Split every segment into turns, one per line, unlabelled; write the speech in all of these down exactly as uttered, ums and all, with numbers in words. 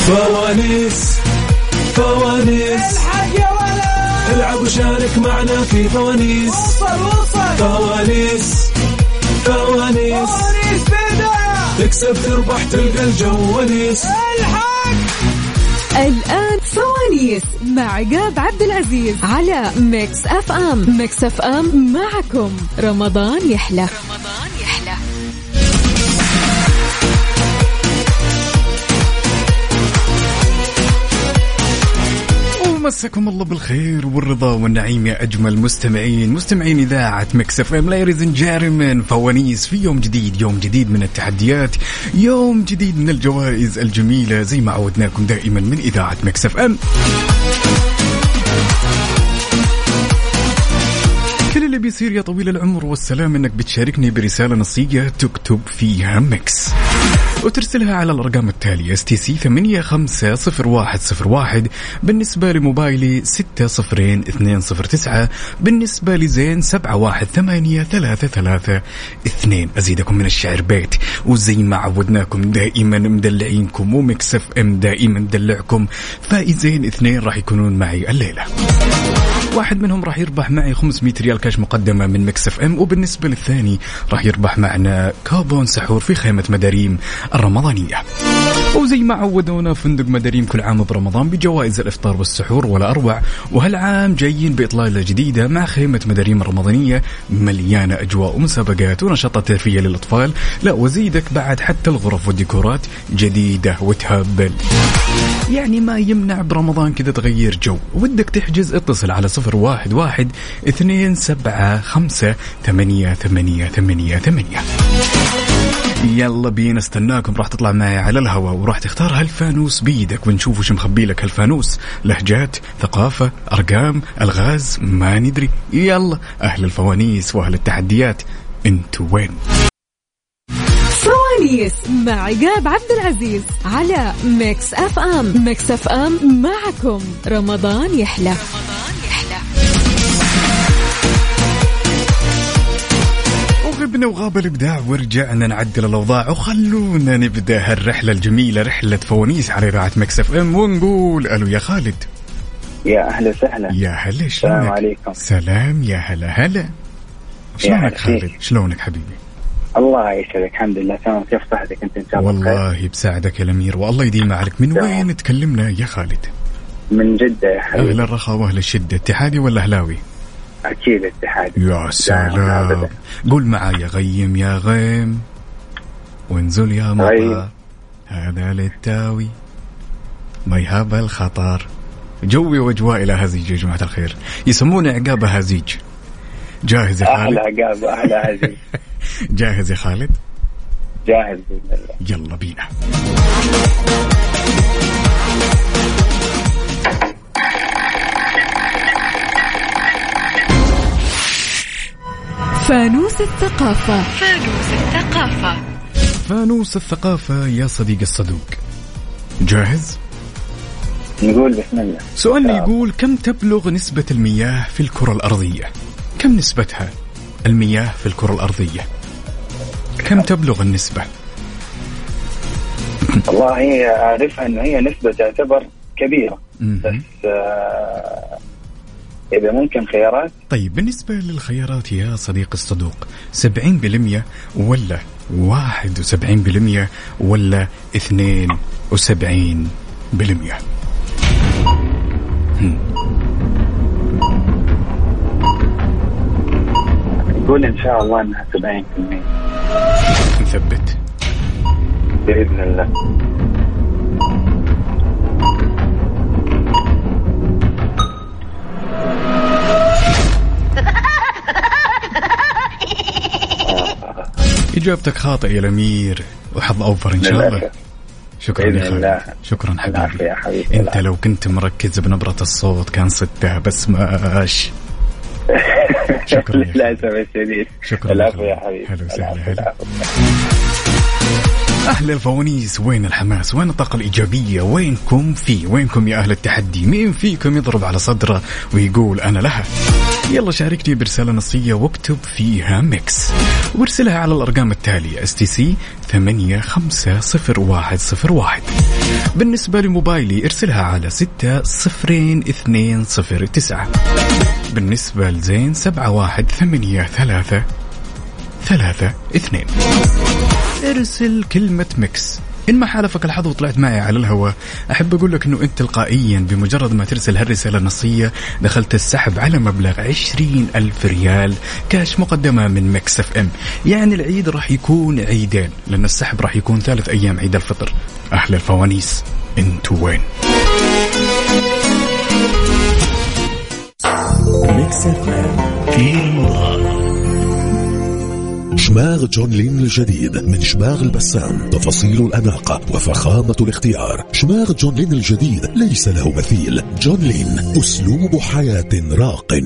فوانيس فوانيس
الحق يا ولد،
العب وشارك معنا في فوانيس.
وصل وصل
فوانيس فوانيس
فوانيس بدأ،
تكسب تربح تلقى الجوانيس.
الحق
الآن فوانيس مع عقاب عبد العزيز على ميكس أف أم. ميكس أف أم معكم رمضان يحلى. رمضان يحلى.
مساكم الله بالخير والرضا والنعيم يا أجمل مستمعين مستمعين إذاعة ميكس اف ام. ladies and gentlemen، فوانيس في يوم جديد، يوم جديد من التحديات، يوم جديد من الجوائز الجميلة زي ما عودناكم دائما من إذاعة ميكس اف ام. كل اللي بيصير يا طويل العمر والسلام انك بتشاركني برسالة نصية تكتب فيها ميكس وترسلها على الأرقام التالية: اس تي سي ثمانية خمسة صفر واحد صفر واحد بالنسبة لموبايلي، ستة صفرين اثنين صفر تسعة بالنسبة لزين، سبعة واحد ثمانية ثلاثة ثلاثة اثنين. أزيدكم من الشعر بيت، وزي ما عودناكم دائما مدلعينكم، وميكس اف ام دائما مدلعكم. فائزين اثنين راح يكونون معي الليلة، واحد منهم راح يربح معي خمسمية ريال كاش مقدمة من ميكس اف ام، وبالنسبة للثاني راح يربح معنا كابون سحور في خيمة مداريم الرمضانية. وزي ما عودونا فندق مداريم كل عام برمضان بجوائز الإفطار والسحور ولا أروع، وهالعام جايين بإطلالة جديدة مع خيمة مداريم الرمضانية مليانة أجواء ومسابقات ونشاطات ترفيهية للأطفال. لا وزيدك بعد حتى الغرف والديكورات جديدة وتهبل، يعني ما يمنع برمضان كذا تغير جو. ودك تحجز اتصل على صفر واحد واحد اثنين سبعة خمسة ثمانية ثمانية ثمانية ثمانية. يلا بينا استناكم، راح تطلع معي على الهواء وراح تختار هالفانوس بيدك ونشوف وش مخبي لك هالفانوس. لهجات، ثقافة، أرقام، ألغاز، ما ندري. يلا أهل الفوانيس وأهل التحديات، انتوا وين؟
فوانيس مع عقاب عبد العزيز على ميكس أف أم. ميكس أف أم معكم رمضان يحلى. رمضان يحلى.
غبنا وغاب الإبداع ورجعنا نعدل الأوضاع، وخلونا نبدأ هالرحلة الجميلة، رحلة فوانيس على إذاعة ميكس اف ام، ونقول ألو يا خالد.
يا أهلا وسهلا.
يا هلا،
السلام عليكم.
سلام يا هلا هلا. شلونك خالد؟ شلونك حبيبي؟
الله يسعدك، الحمد لله تمام. كيف صحتك أنت إن شاء الله؟
والله بساعدك يا الأمير، والله يديم عليك. من وين
ده.
تكلمنا يا خالد؟
من جدة يا حبيبي.
أهل الرخاء وأهل الشدة، اتحادي ولا أهلاوي؟
أكيد اتحاد.
يا سلام. قول معايا: غيم يا غيم وانزل يا مطر، هذا للتاوي ما يهاب الخطر. جوي وجواء إلى هزيج يا جماعة الخير، يسمونه عقاب هزيج. جاهز يا خالد؟
أحلى عقاب أحلى هزيج.
جاهز يا خالد؟
جاهز بإذن الله.
يلا بينا.
فانوس الثقافة.
فانوس الثقافة.
فانوس الثقافة يا صديق الصدوق، جاهز؟
نقول بسم الله.
سؤالنا يقول: كم تبلغ نسبة المياه في الكرة الأرضية؟ كم نسبتها المياه في الكرة الأرضية؟ كم تبلغ النسبة؟
والله أعرفها أن هي نسبة تعتبر كبيرة، بس آه إذا ممكن خيارات.
طيب بالنسبة للخيارات يا صديق الصدوق، سبعين بالمية ولا واحد وسبعين بالمية ولا اثنين وسبعين بالمية؟
نقول إن شاء الله أنها سبعين بالمية.
نثبت
بإذن الله.
إجابتك خاطئة يا الأمير، وحظ أوفر إن شاء الله. شكرا يا خالد، شكرا حبيبي.
حبيبي
أنت لو كنت مركز بنبرة الصوت كان صدتها، بس ماش. شكرا
لا سبب شديد.
شكرا
العفو يا حبيبي.
هلا وسهلا. هلا. أهل الفوانيس، وين الحماس؟ وين الطاقة الإيجابية؟ وينكم في وينكم يا أهل التحدي؟ مين فيكم يضرب على صدره ويقول أنا لها؟ يلا شاركني برسالة نصية واكتب فيها ميكس وارسلها على الأرقام التالية اس تي سي ثمانية خمسة صفر واحد صفر واحد. بالنسبة لموبايلي ارسلها على ستة صفرين اثنين صفر تسعة. بالنسبة لزين سبعة واحد ثمانية ثلاثة ثلاثة اثنين. ارسل كلمة ميكس. إن ما حالفك الحظ وطلعت معي على الهواء، أحب أقول لك أنه أنت تلقائيا بمجرد ما ترسل هالرسالة النصية دخلت السحب على مبلغ عشرين ألف ريال كاش مقدمة من ميكس اف ام. يعني العيد راح يكون عيدين، لأن السحب راح يكون ثالث أيام عيد الفطر. أهل الفوانيس أنتوا وين؟
ميكس اف ام في رمضان.
شماغ جون لين الجديد من شماغ البسام، تفاصيل الأناقة وفخامة الاختيار. شماغ جون لين الجديد ليس له مثيل. جون لين أسلوب حياة راق.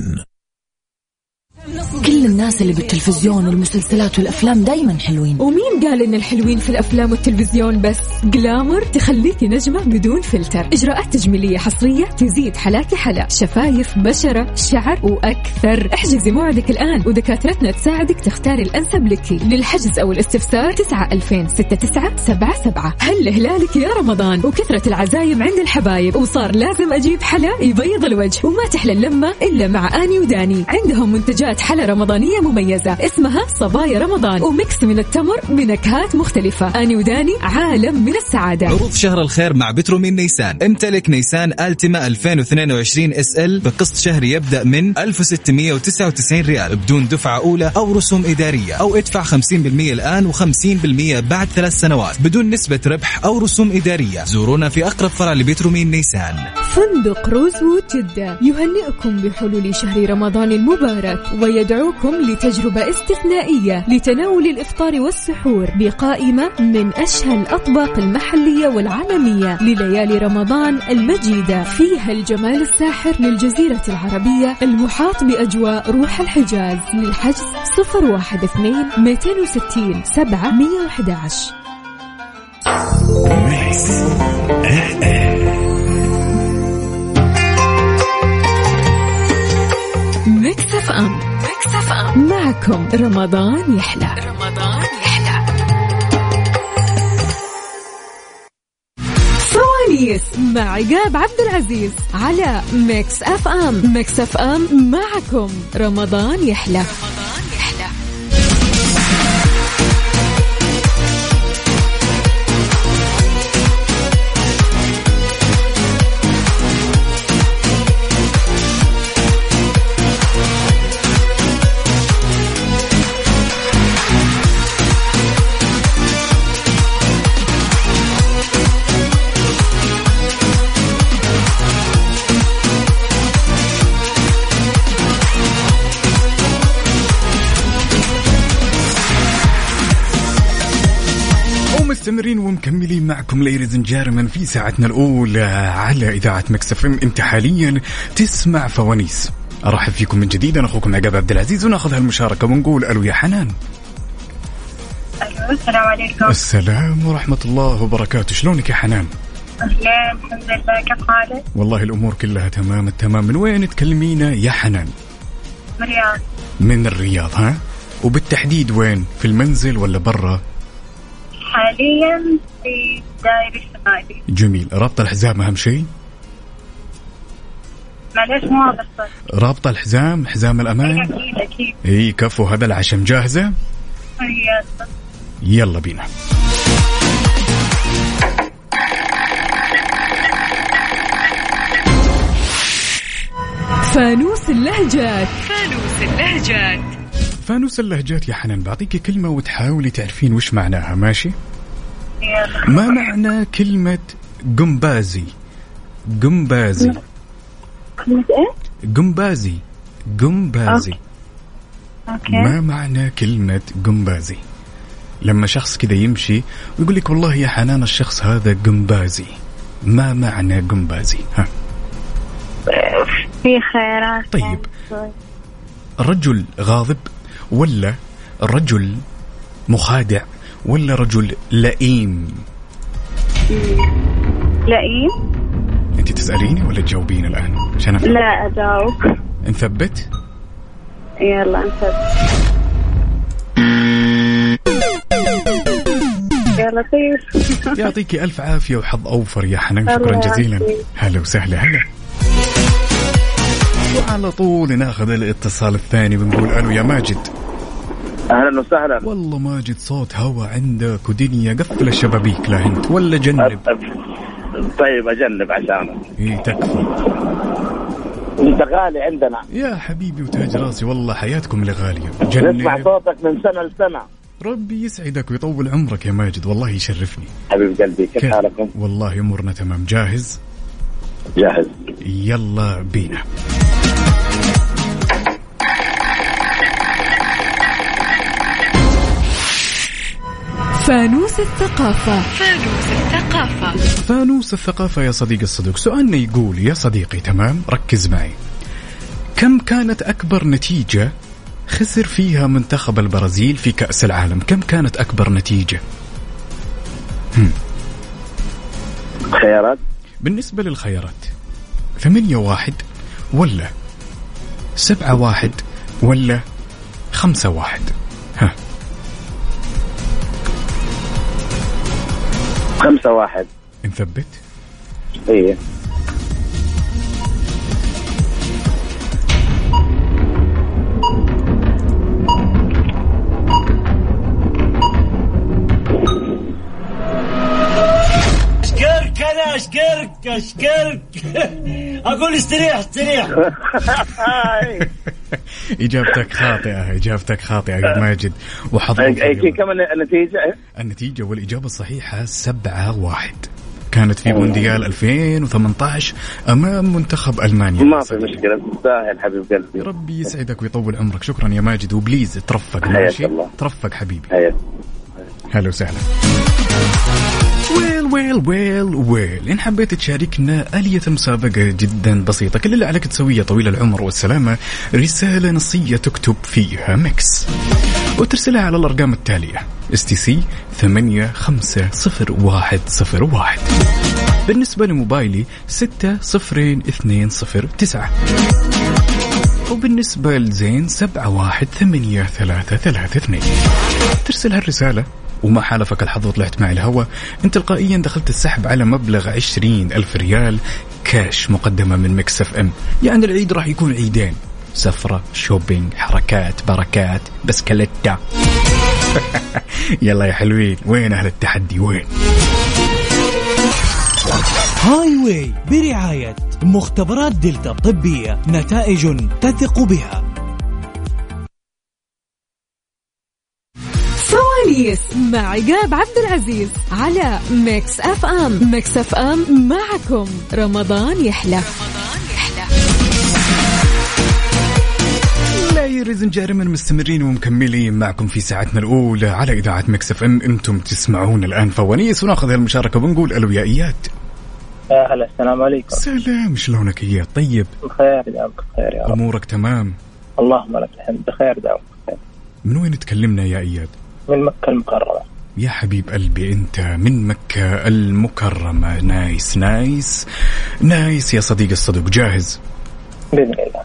كل الناس اللي بالتلفزيون والمسلسلات والأفلام دايما حلوين،
ومين قال إن الحلوين في الأفلام والتلفزيون بس؟ جلامر تخليكي نجمة بدون فلتر، إجراءات تجميلية حصرية تزيد حلاكي حلا، شفايف، بشرة، شعر وأكثر. احجزي موعدك الآن ودكاترتنا تساعدك تختاري الأنسب لك. للحجز أو الاستفسار تسعة ألفين ستة تسعة سبعة سبعة. هل هلالك يا رمضان وكثرة العزايم عند الحبايب، وصار لازم أجيب حلا يبيض الوجه، وما تحلى اللمة إلا مع آني وداني. عندهم منتجات حلا رمضانية مميزة اسمها صبايا رمضان، وميكس من التمر بنكهات مختلفة. آني وداني عالم من السعادة.
عروض شهر الخير مع بترومين نيسان. امتلك نيسان ألتيما ألفين واثنين وعشرين اس ال بقسط شهري يبدأ من ألف وستمية وتسعة وتسعين ريال بدون دفعة أولى أو رسوم إدارية، أو ادفع خمسين بالمية الآن وخمسين بالمية بعد ثلاث سنوات بدون نسبة ربح أو رسوم إدارية. زورونا في أقرب فرع لبترومين نيسان.
فندق روزوود جدة يهنئكم بحلول شهر رمضان المبارك، ويدعوكم لتجربة استثنائية لتناول الإفطار والسحور بقائمة من أشهى الأطباق المحلية والعالمية لليالي رمضان المجيدة، فيها الجمال الساحر للجزيرة العربية المحاط بأجواء روح الحجاز. للحجز صفر واحد اثنين مئتين وستين سبعة مئة وأحد عشر. ميكس اف ام، ميكس اف ام معكم رمضان يحلى. رمضان يحلى. فوانيس مع عقاب عبد العزيز على ميكس اف ام. ميكس اف ام معكم رمضان يحلى. رمضان يحلى.
مستمرين ومكملين معكم ladies and gentlemen في ساعتنا الأولى على إذاعة ميكس اف ام. أنت حاليا تسمع فوانيس. أرحب فيكم من جديد، أنا أخوكم عقاب عبد العزيز، ونأخذ هالمشاركة ونقول ألو يا حنان.
ألو السلام عليكم.
السلام ورحمة الله وبركاته. شلونك يا حنان؟
أهلا الحمد لله، كيف حالك؟
والله الأمور كلها تمام التمام. من وين تكلمينا يا حنان؟
من الرياض.
من الرياض ها؟ وبالتحديد وين؟ في المنزل ولا برا؟
حاليا في دائرة الشمالي.
جميل. رابطة الحزام أهم شيء؟
معلش مو واضح صوت.
رابطة الحزام، حزام الأمان؟
أكيد أكيد.
إيه كفو. هذا العشم جاهزة؟
جاهزة.
يلا بينا.
فانوس اللهجات.
فانوس اللهجات.
فانوس اللهجات يا حنان، بعطيك كلمة وتحاولي تعرفين وش معناها، ماشي؟ ما معنى كلمة قنبازي؟ قنبازي.
كلمة إيه؟
قنبازي. قنبازي.
أوكي.
ما معنى كلمة قنبازي؟ لما شخص كذا يمشي ويقول لك والله يا حنان الشخص هذا قنبازي، ما معنى قنبازي؟ ها؟
في خيارات.
طيب، الرجل غاضب، ولا الرجل مخادع، ولا رجل لئيم؟
لئيم.
انت تسأليني ولا تجاوبين الآن عشان أفهم؟
لا أجاوب.
نثبت.
يلا نثبت. يا لطيف.
يعطيكي ألف عافية وحظ أوفر يا حنان. شكرا جزيلا. هلا وسهلا. هلا. وعلى طول ناخذ الاتصال الثاني بنقول ألو يا ماجد.
أهلا وسهلا.
والله ماجد صوت هوا عندك ودنيا، قفل الشبابيك لا هنت ولا جنب.
طيب أجنب عشانك.
إيه تكفى.
أنت غالي عندنا
يا حبيبي وتاج راسي، والله حياتكم لغالية. جنب.
نسمع صوتك من سنة لسنة.
ربي يسعدك ويطول عمرك يا ماجد، والله يشرفني
حبيب قلبي. كيف حالكم؟
والله أمورنا تمام. جاهز؟
جاهز.
يلا بينا.
فانوس الثقافة.
فانوس الثقافة.
فانوس الثقافة يا صديق الصدوق. سؤالنا يقول يا صديقي، تمام ركز معي، كم كانت أكبر نتيجة خسر فيها منتخب البرازيل في كأس العالم؟ كم كانت أكبر نتيجة؟ هم.
خيارات.
بالنسبة للخيارات، ثمانية واحد ولا سبعة واحد ولا خمسة واحد؟ ها.
خمسة واحد.
نثبت.
ايه.
اشكرك انا اشكرك اشكرك اقول استريح استريح.
إجابتك خاطئة. إجابتك خاطئة يا ماجد. وحظك.
كم النتيجة؟
النتيجة والإجابة الصحيحة سبعة واحد. كانت في مونديال ألفين وثمانية عشر أمام منتخب ألمانيا.
ما في مشكلة. تستاهل حبيب قلبي.
ربي يسعدك ويطول عمرك. شكرا يا ماجد، وبليز ترفق. ماشي ترفق حبيبي.
حياتي.
هلا وسهلا. ويل ويل ويل ويل. إن حبيت تشاركنا آلية مسابقة جدا بسيطة، كل اللي عليك تسويه طويل العمر والسلامة رسالة نصية تكتب فيها ميكس وترسلها على الأرقام التالية اس تي سي ثمانية خمسة صفر واحد صفر واحد. بالنسبة لموبايلي ستة صفرين اثنين صفر تسعة، وبالنسبة لزين سبعة واحد ثمانية ثلاثة ثلاثة اثنين. ترسل هالرسالة وما حالفك الحظ وطلعت معي الهوا، انت تلقائيا دخلت السحب على مبلغ عشرين ألف ريال كاش مقدمة من ميكس اف ام. يعني العيد راح يكون عيدين، سفرة، شوبينج، حركات، بركات، بسكليتة. يلا يا حلوين، وين أهل التحدي وين؟
هاي واي برعاية مختبرات دلتا الطبية، نتائج تثق بها.
فوانيس مع عقاب عبد العزيز على ميكس اف ام. ميكس اف ام معكم رمضان يحلى.
لايرز جارمين مستمرين ومكملين معكم في ساعتنا الأولى على إذاعة ميكس اف ام. انتم تسمعون الآن فوانيس، وناخذ هالمشاركة ونقول ألو يا إياد.
هلا السلام عليكم.
سلام، شلونك إياد؟ طيب
بخير دعوك بخير يا رب.
أمورك تمام؟
اللهم لك الحمد بخير دعوك بخير.
من وين تكلمنا يا إياد؟
من مكة المكرمة.
يا حبيب قلبي أنت من مكة المكرمة. نايس نايس نايس يا صديق الصدوق. جاهز؟
بإذن الله.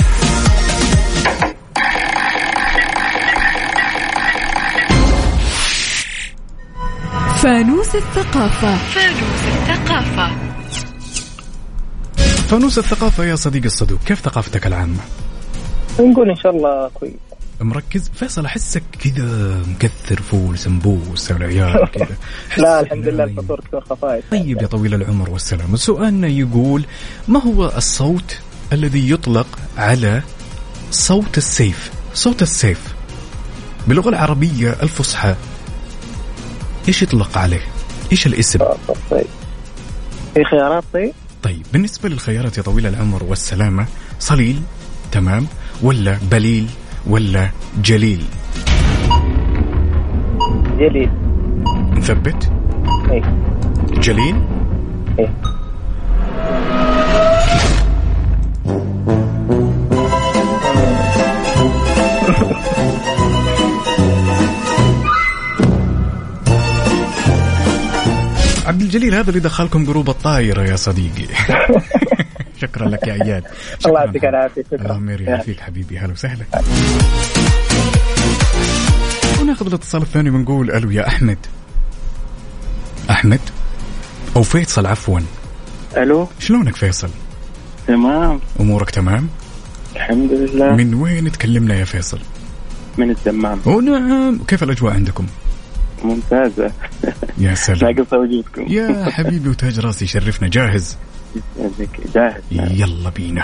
فانوس الثقافة.
فانوس الثقافة.
فانوس الثقافة يا صديق الصدوق، كيف ثقافتك العامة؟
نقول إن شاء الله كويس.
مركز فيصل، أحسك كذا مكثر فول سمبوسة والعيال كذا.
لا الحمد لله الفطور كثير خفايف.
طيب يا طويل العمر والسلام، سؤالنا يقول ما هو الصوت الذي يطلق على صوت السيف؟ صوت السيف باللغة العربية الفصحى إيش يطلق عليه؟ إيش الاسم؟
طيب في خيارات. طيب
طيب بالنسبة للخيارات يا طويل العمر والسلامة، صليل تمام ولا بليل ولا جليل؟
جليل.
نثبت.
ايه
جليل.
ايه
عبد الجليل هذا اللي دخلكم جروب الطايرة يا صديقي. شكرا لك يا عياد.
الله يعطيك العافية. شكرا.
الله يرضى فيك حبيبي. هلا وسهلا. وناخذ الاتصال الثاني ونقول الو يا احمد. احمد او فيصل عفوا.
الو
شلونك فيصل؟
تمام.
امورك تمام؟
الحمد لله.
من وين تكلمنا يا فيصل؟
من الدمام.
او نعم. كيف الاجواء عندكم؟
ممتازة.
يا سلام.
ناقص وجودكم.
يا حبيبي وتاج راسي. شرفنا. جاهز؟
جاهز.
يلا بينا.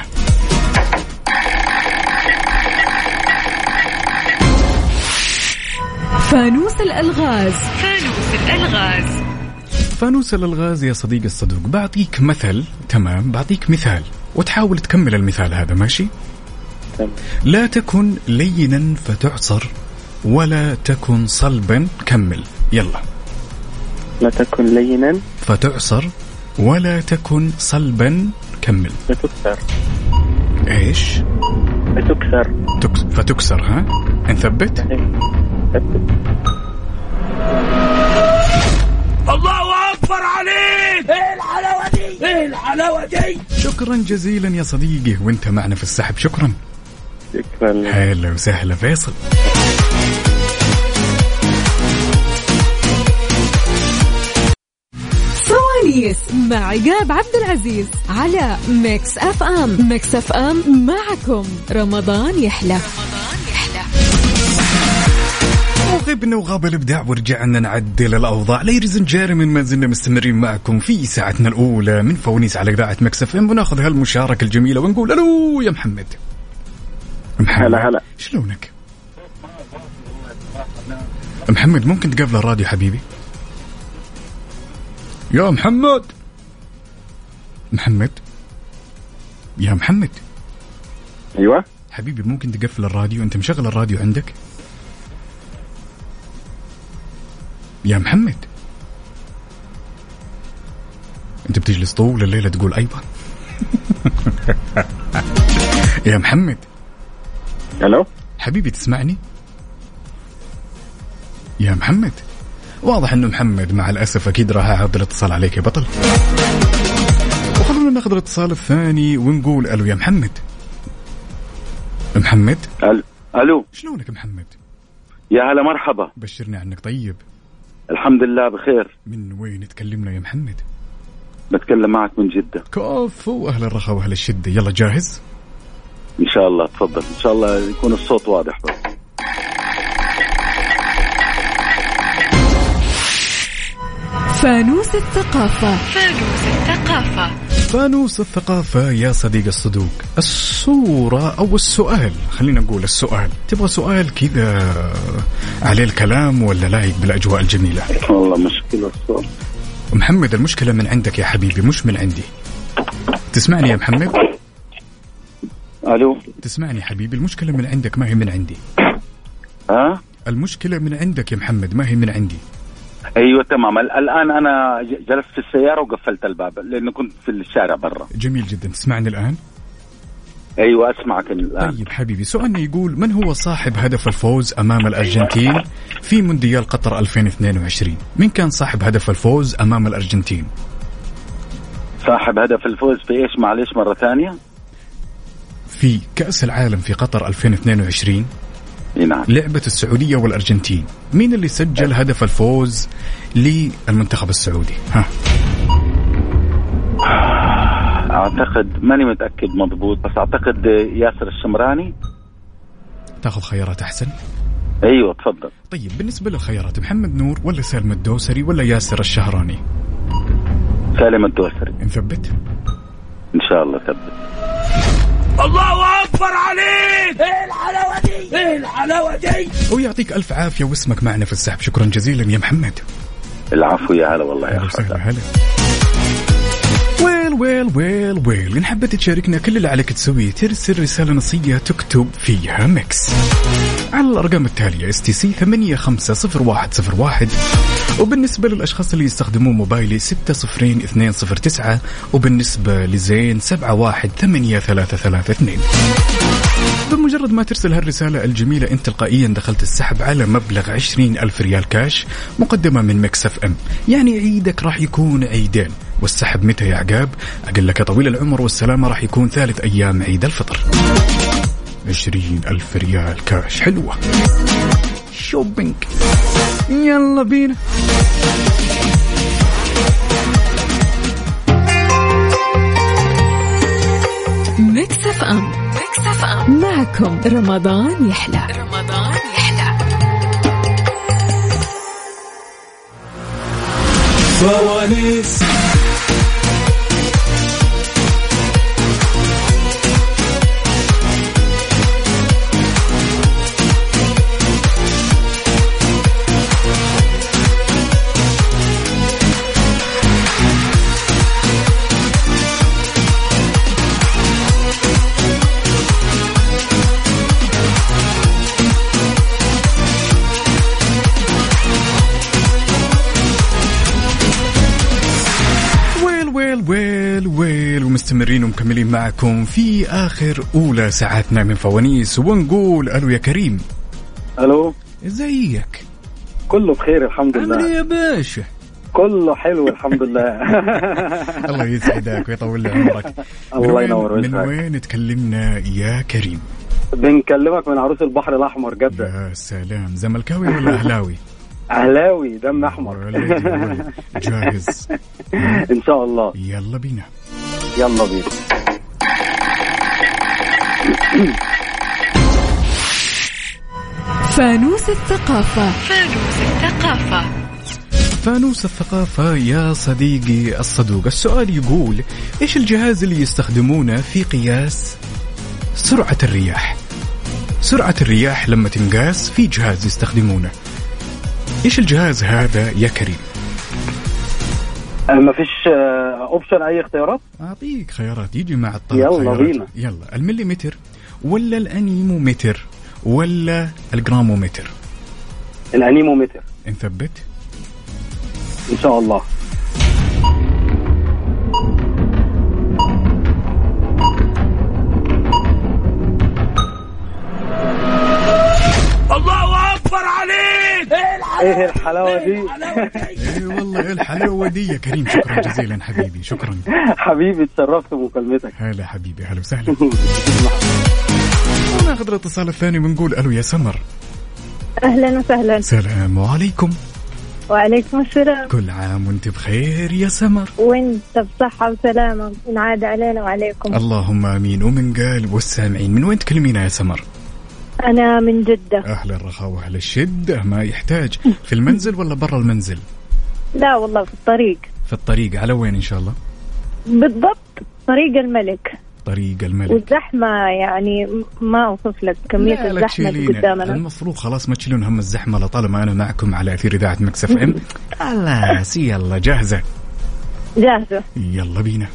فانوس الألغاز.
فانوس الألغاز.
فانوس الألغاز يا صديق الصدوق. بعطيك مثل. تمام. بعطيك مثال وتحاول تكمل المثال هذا. ماشي؟
تمام.
لا تكن لينا فتعصر ولا تكن صلبا. كمل يلا.
لا تكن لينا
فتعصر ولا تكن صلبا. كمل.
فتكسر.
ايش؟
فتكسر.
تكس... فتكسر. ها نثبت.
الله أكبر عليك. ايه الحلاوة دي، ايه الحلاوة دي.
شكرا جزيلا يا صديقي وانت معنا في السحب. شكرا.
شكرا.
هلا وسهلا فيصل.
فوانيس مع عقاب عبد العزيز على ميكس اف ام. ميكس اف ام معكم رمضان يحلى.
وغبنا وغاب الابداع ورجعنا نعدل الاوضاع. ليديز اند جينتلمان ما زلنا مستمرين معكم في ساعتنا الاولى من فوانيس على اذاعه ميكس اف ام. وناخذ هالمشاركه الجميله ونقول الو يا محمد. محمد
هلا هلا.
شلونك محمد؟ ممكن تقفل الراديو حبيبي يا محمد؟ محمد يا محمد.
ايوه
حبيبي ممكن تقفل الراديو؟ انت مشغل الراديو عندك يا محمد؟ انت بتجلس طول الليلة تقول ايوه. يا محمد.
الو
حبيبي تسمعني يا محمد؟ واضح انه محمد مع الاسف اكيد راح اعود الاتصال عليك يا بطل. وخلونا ناخذ الاتصال الثاني ونقول الو يا محمد. محمد.
الو
شلونك محمد؟
يا هلا مرحبا.
بشرني عنك. طيب
الحمد لله بخير.
من وين تكلمنا يا محمد؟
بتكلم معك من جدة.
كفو. أهل الرخاء وأهل الشدة. يلا جاهز؟
إن شاء الله. تفضل. إن شاء الله يكون الصوت واضح بس.
فانوس الثقافة.
فانوس الثقافة.
فانوس الثقافة يا صديق الصدوق. الصورة أو السؤال، خلينا نقول السؤال. تبغى سؤال كذا عليه الكلام ولا لايق بالأجواء الجميلة؟
والله مشكلة الصوت.
محمد المشكلة من عندك يا حبيبي مش من عندي. تسمعني يا محمد؟
ألو
تسمعني حبيبي؟ المشكلة من عندك ما هي من عندي.
ها؟
المشكلة من عندك يا محمد ما هي من عندي.
ايوه تمام. الان انا جلست في السياره وقفلت الباب لانه كنت في الشارع برا.
جميل جدا. تسمعني الان؟
ايوه اسمعك الان.
طيب حبيبي سؤالنا يقول من هو صاحب هدف الفوز امام الارجنتين في مونديال قطر ألفين واثنين وعشرين؟ من كان صاحب هدف الفوز امام الارجنتين؟
صاحب هدف الفوز في ايش؟ معليش مره ثانيه.
في كأس العالم في قطر ألفين واثنين وعشرين.
نعم.
لعبة السعودية والأرجنتين، مين اللي سجل هدف الفوز للمنتخب السعودي؟ ها؟
أعتقد ماني متأكد مضبوط بس أعتقد ياسر الشمراني.
تأخذ خيارات أحسن؟
أيوة تفضل.
طيب بالنسبة للخيارات محمد نور ولا سالم الدوسري ولا ياسر الشهراني؟
سالم الدوسري.
نثبت؟
إن شاء الله ثبت.
الله أكبر عليك. إيه الحلاوة دي، إيه الحلاوة دي.
ويعطيك ألف عافية واسمك معنا في السحب. شكرا جزيلا يا محمد.
العفو يا هلا والله يا
أخي. هلا ويل ويل ويل ويل. إن حبيت تشاركنا كل اللي عليك تسويه ترسل رسالة نصية تكتب فيها ميكس على الأرقام التالية اس تي سي ثمانية خمسة صفر واحد صفر واحد. وبالنسبة للأشخاص اللي يستخدمون موبايلي ستة صفرين اثنين صفر تسعة. وبالنسبة لزين سبعة واحد ثمانية ثلاثة ثلاثة اثنين. بمجرد ما ترسل هالرسالة الجميلة أنت تلقائيا دخلت السحب على مبلغ عشرين ألف ريال كاش مقدمة من ميكس اف ام. يعني عيدك راح يكون عيدين. والسحب متى يا عقاب؟ أقول لك طويل العمر والسلامة راح يكون ثالث أيام عيد الفطر. عشرين ألف ريال كاش حلوة شوبينج. يلا بينا.
ميكس اف ام ميكس اف ام معكم رمضان يحلى. رمضان يحلى.
فوانيس
ويل ويل ومستمرين ومكملين معكم في آخر أولى ساعاتنا من فوانيس، ونقول ألو يا كريم.
ألو
ازيك؟
كله بخير الحمد لله.
عامل ايه يا باشا؟
كله حلو الحمد لله.
الله يسعدك ويطول عمرك.
الله ينور وجهك.
من وين تكلمنا يا كريم؟
بنكلمك من عروس البحر الأحمر جدة.
يا سلام، زملكاوي ولا أهلاوي؟
أهلاوي دم أحمر.
جاهز
إن شاء الله.
يلا بينا
يلا بينا.
فانوس الثقافة.
فانوس الثقافة.
فانوس الثقافة يا صديقي الصدوق. السؤال يقول إيش الجهاز اللي يستخدمونه في قياس سرعة الرياح؟ سرعة الرياح لما تنقاس في جهاز يستخدمونه. إيش الجهاز هذا يا كريم؟
ما فيش اوبشن اي اختيارات؟
اعطيك خيارات يجي مع الطلب.
يلا
خيارات.
بينا.
يلا المليمتر ولا الانيمومتر ولا الجرامومتر؟
الانيمومتر.
نثبت
ان شاء الله.
الله اكبر عليك.
ايه الحلاوه دي؟
ايه والله ايه الحلاوه دي يا كريم. شكرا جزيلا حبيبي. شكرا
حبيبي تشرفت بمكالمتك.
هلا حبيبي هلا وسهلا. وناخذ الاتصال الثاني ونقول الو يا سمر.
اهلا وسهلا.
السلام عليكم.
وعليكم السلام.
كل عام وانت بخير يا سمر.
وانت بصحة وسلامة ونعاد علينا وعليكم.
اللهم امين. ومن قال والسامعين. من وين تكلمينا يا سمر؟
أنا من جدة.
أهل الرخاء وأهل الشدة ما يحتاج. في المنزل ولا برا المنزل؟
لا والله في الطريق.
في الطريق على وين إن شاء الله؟
بالضبط طريق الملك.
طريق الملك.
والزحمة يعني ما أوصف لك كمية الزحمة اللي قدامنا.
المفروض خلاص ما تشيلون هم الزحمة لطالما أنا معكم على أثير إذاعة ميكس اف ام. خلاص يلا جاهزة؟
جاهزة.
يلا بينا.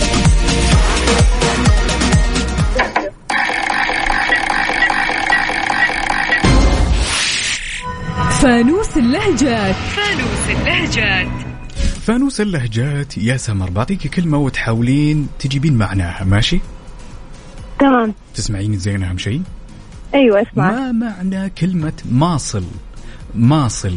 فانوس اللهجات.
فانوس اللهجات.
فانوس اللهجات يا سمر. بعطيكي كلمة وتحاولين تجيبين معناها. ماشي
تمام.
تسمعيني زين أهم شيء؟
أيوة اسمع.
ما معنى كلمة ماصل؟ ماصل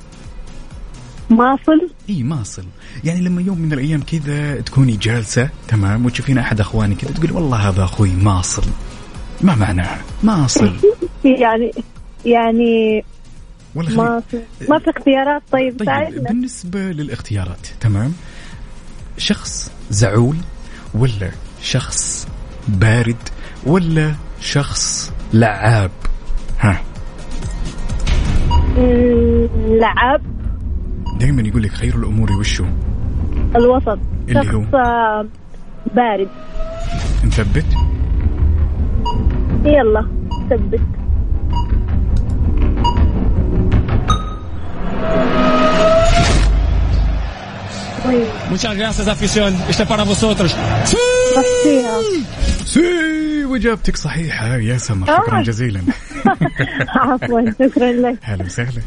ماصل
اي ماصل يعني لما يوم من الأيام كذا تكوني جالسة تمام وتشوفين أحد أخواني كذا تقول والله هذا أخوي ماصل. ما معناها ماصل؟
يعني يعني
ما
ما في اختيارات. طيب,
طيب
ساعدنا.
بالنسبة للاختيارات تمام. شخص زعول ولا شخص بارد ولا شخص لعاب؟ ها
لعاب.
دائما يقول لك خير الأمور وشو
الوسط.
اللي
شخص
هو
بارد.
نثبت.
يلا ثبت.
Muchas gracias, afición. Este para vosotros.
سي وإجابتك صحيحة يا سمر. شكرا جزيلا.
عفوا شكرا لك.
هلا وسهلا.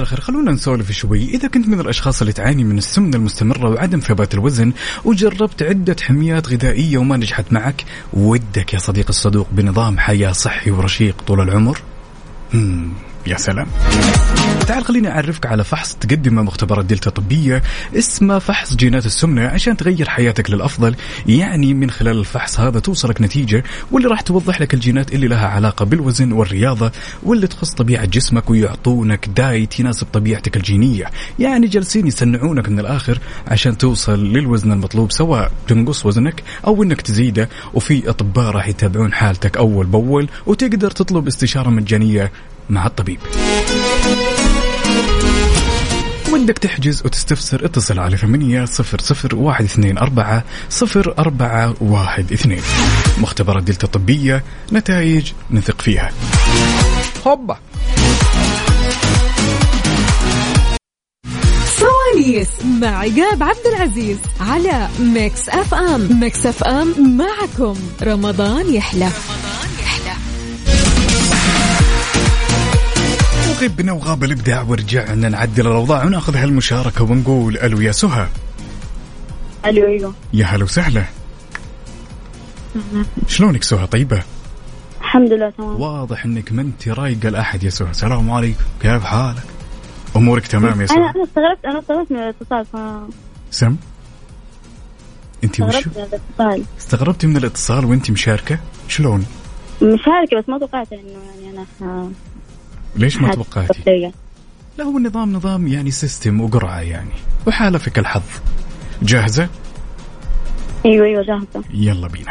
الآخر خلونا نسولف شوي. إذا كنت من الأشخاص اللي تعاني من السمنة المستمرة وعدم ثبات الوزن وجربت عدة حميات غذائية وما نجحت معك، ودك يا صديق الصدوق بنظام حياة صحي ورشيق طول العمر؟ مم. يا سلام. تعال خليني أعرفك على فحص تقدمه مختبرات دلتا طبية اسمه فحص جينات السمنة عشان تغير حياتك للأفضل. يعني من خلال الفحص هذا توصلك نتيجة واللي راح توضح لك الجينات اللي لها علاقة بالوزن والرياضة واللي تخص طبيعة جسمك ويعطونك دايت يناسب طبيعتك الجينية. يعني جالسين يصنعونك من الآخر عشان توصل للوزن المطلوب، سواء تنقص وزنك أو إنك تزيده. وفي أطباء راح يتابعون حالتك أول بأول وتقدر تطلب استشارة مجانية مع الطبيب. ودك تحجز وتستفسر اتصل على ثمانية صفر صفر واحد اثنين أربعة صفر أربعة واحد اثنين. مختبرات دلتا الطبية، نتائج نثق فيها. هوبا
فوانيس مع عقاب عبد العزيز على ميكس اف ام. ميكس اف ام معكم رمضان يحلى.
غبنا وغاب الإبداع ورجعنا نعدل الأوضاع وناخذ هالمشاركة ونقول ألو يا سهى.
ألو أيوه.
يا هلا وسهلا. شلونك سهى؟ طيبة؟
الحمد لله تمام.
واضح إنك ما أنت رايقة الأحد يا سهى. السلام عليكم، كيف حالك؟ أمورك تمام يا سهى؟
أنا أنا استغربت أنا استغربت من الاتصال. ف...
سم؟ أنت وشو؟
استغربت من الاتصال.
استغربتي من الاتصال وأنت مشاركة؟ شلون؟
مشاركة بس ما توقعت إنه يعني أنا.
ليش ما توقعتي؟ لا هو النظام نظام يعني سيستم وقرعة يعني، وحالفك الحظ. جاهزة؟
ايوه ايوه جاهزة.
يلا بينا.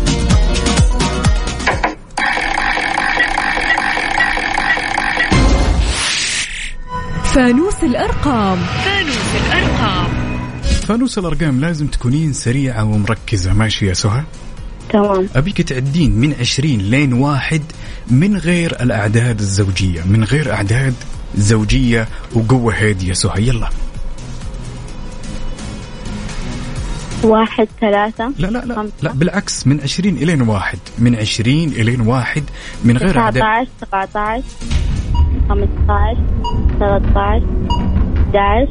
فانوس الأرقام.
فانوس الأرقام.
فانوس الأرقام لازم تكونين سريعة ومركزة. ماشي يا سهى؟
تمام.
أبيك تعدين من عشرين لين واحد من غير الأعداد الزوجية، من غير أعداد زوجية وقوة هادية. سهى يلا.
واحد ثلاثة.
لا لا لا, لا بالعكس، من عشرين إلين واحد، من عشرين إلين واحد من غير أعداد.
تسعة عشر سبعة عشر خمسة عشر ثلاثة عشر أحد عشر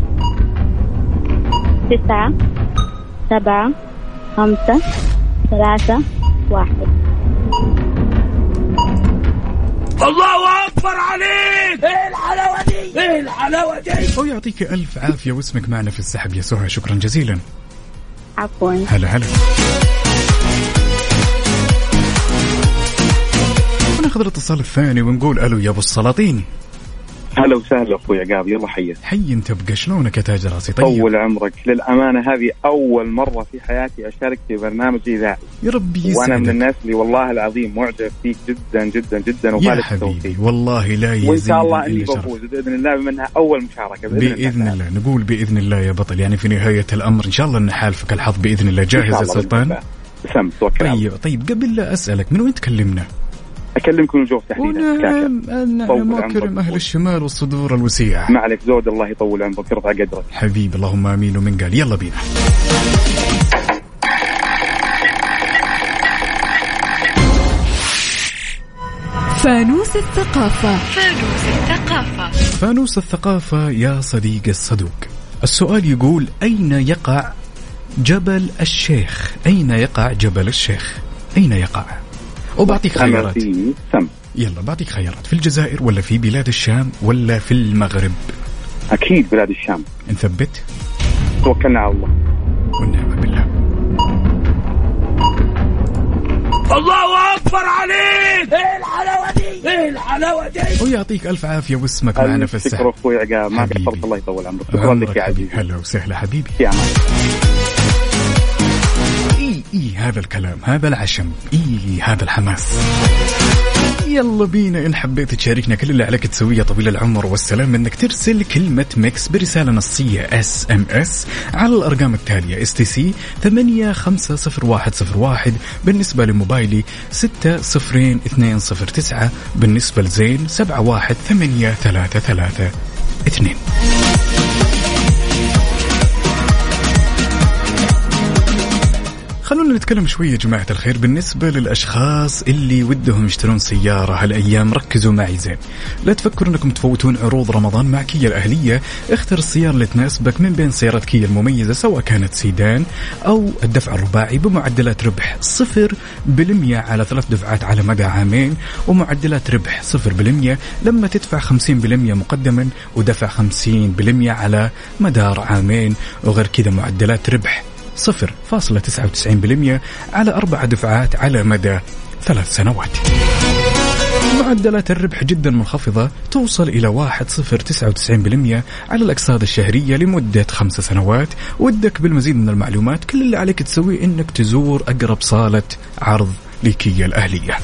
تسعة سبعة خمسة ثلاثة واحد.
الله أكبر عليك. إيه الحلاوة دي؟ إيه الحلاوة دي؟
ويعطيك ألف عافية واسمك معنا في السحب يا سهى. شكرا جزيلا.
عفوا.
هلا هلا. وناخذ الاتصال الثاني ونقول ألو يا أبو السلاطين.
هلا وسهلا أخوي عقاب، يلا حيا.
حي انت بقى. شلونك يا تاج راسي؟ طيب
طول عمرك. للأمانة هذه أول مرة في حياتي أشارك في برنامج إذاعي.
يا ربي يسعدك.
وأنا من الناس اللي والله العظيم معجب فيك جدا جدا جدا
يا حبيبي. والله لا يزيد.
وإن شاء الله إني بفوز بإذن الله منها أول مشاركة بإذن,
بإذن الله. الله نقول بإذن الله يا بطل. يعني في نهاية الأمر إن شاء الله نحالفك الحظ بإذن الله. جاهز يا سلطان؟
سم توكل.
طيب طيب قبل لا أسألك من وين تكلمنا؟
أكلمكم من جوف تحديدا.
ونعم أنا مكرم أهل الشمال والصدور الوسيعة.
ما عليك زود، الله يطول عمرك ويرفع قدرك
حبيبي. اللهم آمين. ومن قال يلا بينا.
فانوس الثقافة.
فانوس الثقافة.
فانوس الثقافة يا صديق الصدوق. السؤال يقول أين يقع جبل الشيخ؟ أين يقع جبل الشيخ؟ أين يقع؟ وبعطيك خيارات. يلا بعطيك خيارات. في الجزائر ولا في بلاد الشام ولا في المغرب؟
أكيد بلاد الشام.
نثبت.
توكلنا على الله.
والنعم بالله.
الله أكبر عليك. إيه الحلاوة دي؟ إيه الحلاوة دي؟
ويعطيك ألف عافية واسمك معنا في السحب.
شكرا أخوي عقاب، ما قصرت. الله يطول عمرك. شكرا لك يا عزيزي.
هلا وسهلا حبيبي.
يا عمار.
إي إي هذا الكلام، هذا العشم، إي هذا الحماس. يلا بينا. إن حبيت تشاركنا كل اللي عليك تسويه طويل العمر والسلام إنك ترسل كلمة ميكس برسالة نصية اس ام اس على الأرقام التالية: اس تي سي ثمانية خمسة صفر واحد صفر واحد بالنسبة لموبايلي، ستة صفرين اثنين صفر تسعة بالنسبة لزين، سبعة واحد ثمانية ثلاثة ثلاثة اثنين. خلونا نتكلم شوية يا جماعة الخير بالنسبة للأشخاص اللي ودهم يشترون سيارة هالأيام. ركزوا معي زين، لا تفكروا أنكم تفوتون عروض رمضان مع كيا الأهلية. اختر السيارة اللي تناسبك من بين سيارات كيا المميزة، سواء كانت سيدان أو الدفع الرباعي، بمعدلات ربح صفر بالمية على ثلاث دفعات على مدى عامين، ومعدلات ربح صفر بالمية لما تدفع خمسين بالمية مقدما ودفع خمسين بالمية على مدار عامين. وغير كذا معدلات ربح صفر فاصلة تسعة وتسعين بالمية على أربع دفعات على مدى ثلاث سنوات. معدلات الربح جدا منخفضة، توصل إلى واحد صفر تسعة وتسعين بالمية على الأقساط الشهرية لمدة خمس سنوات. ودك بالمزيد من المعلومات، كل اللي عليك تسويه إنك تزور أقرب صالة عرض لكيا الأهلية.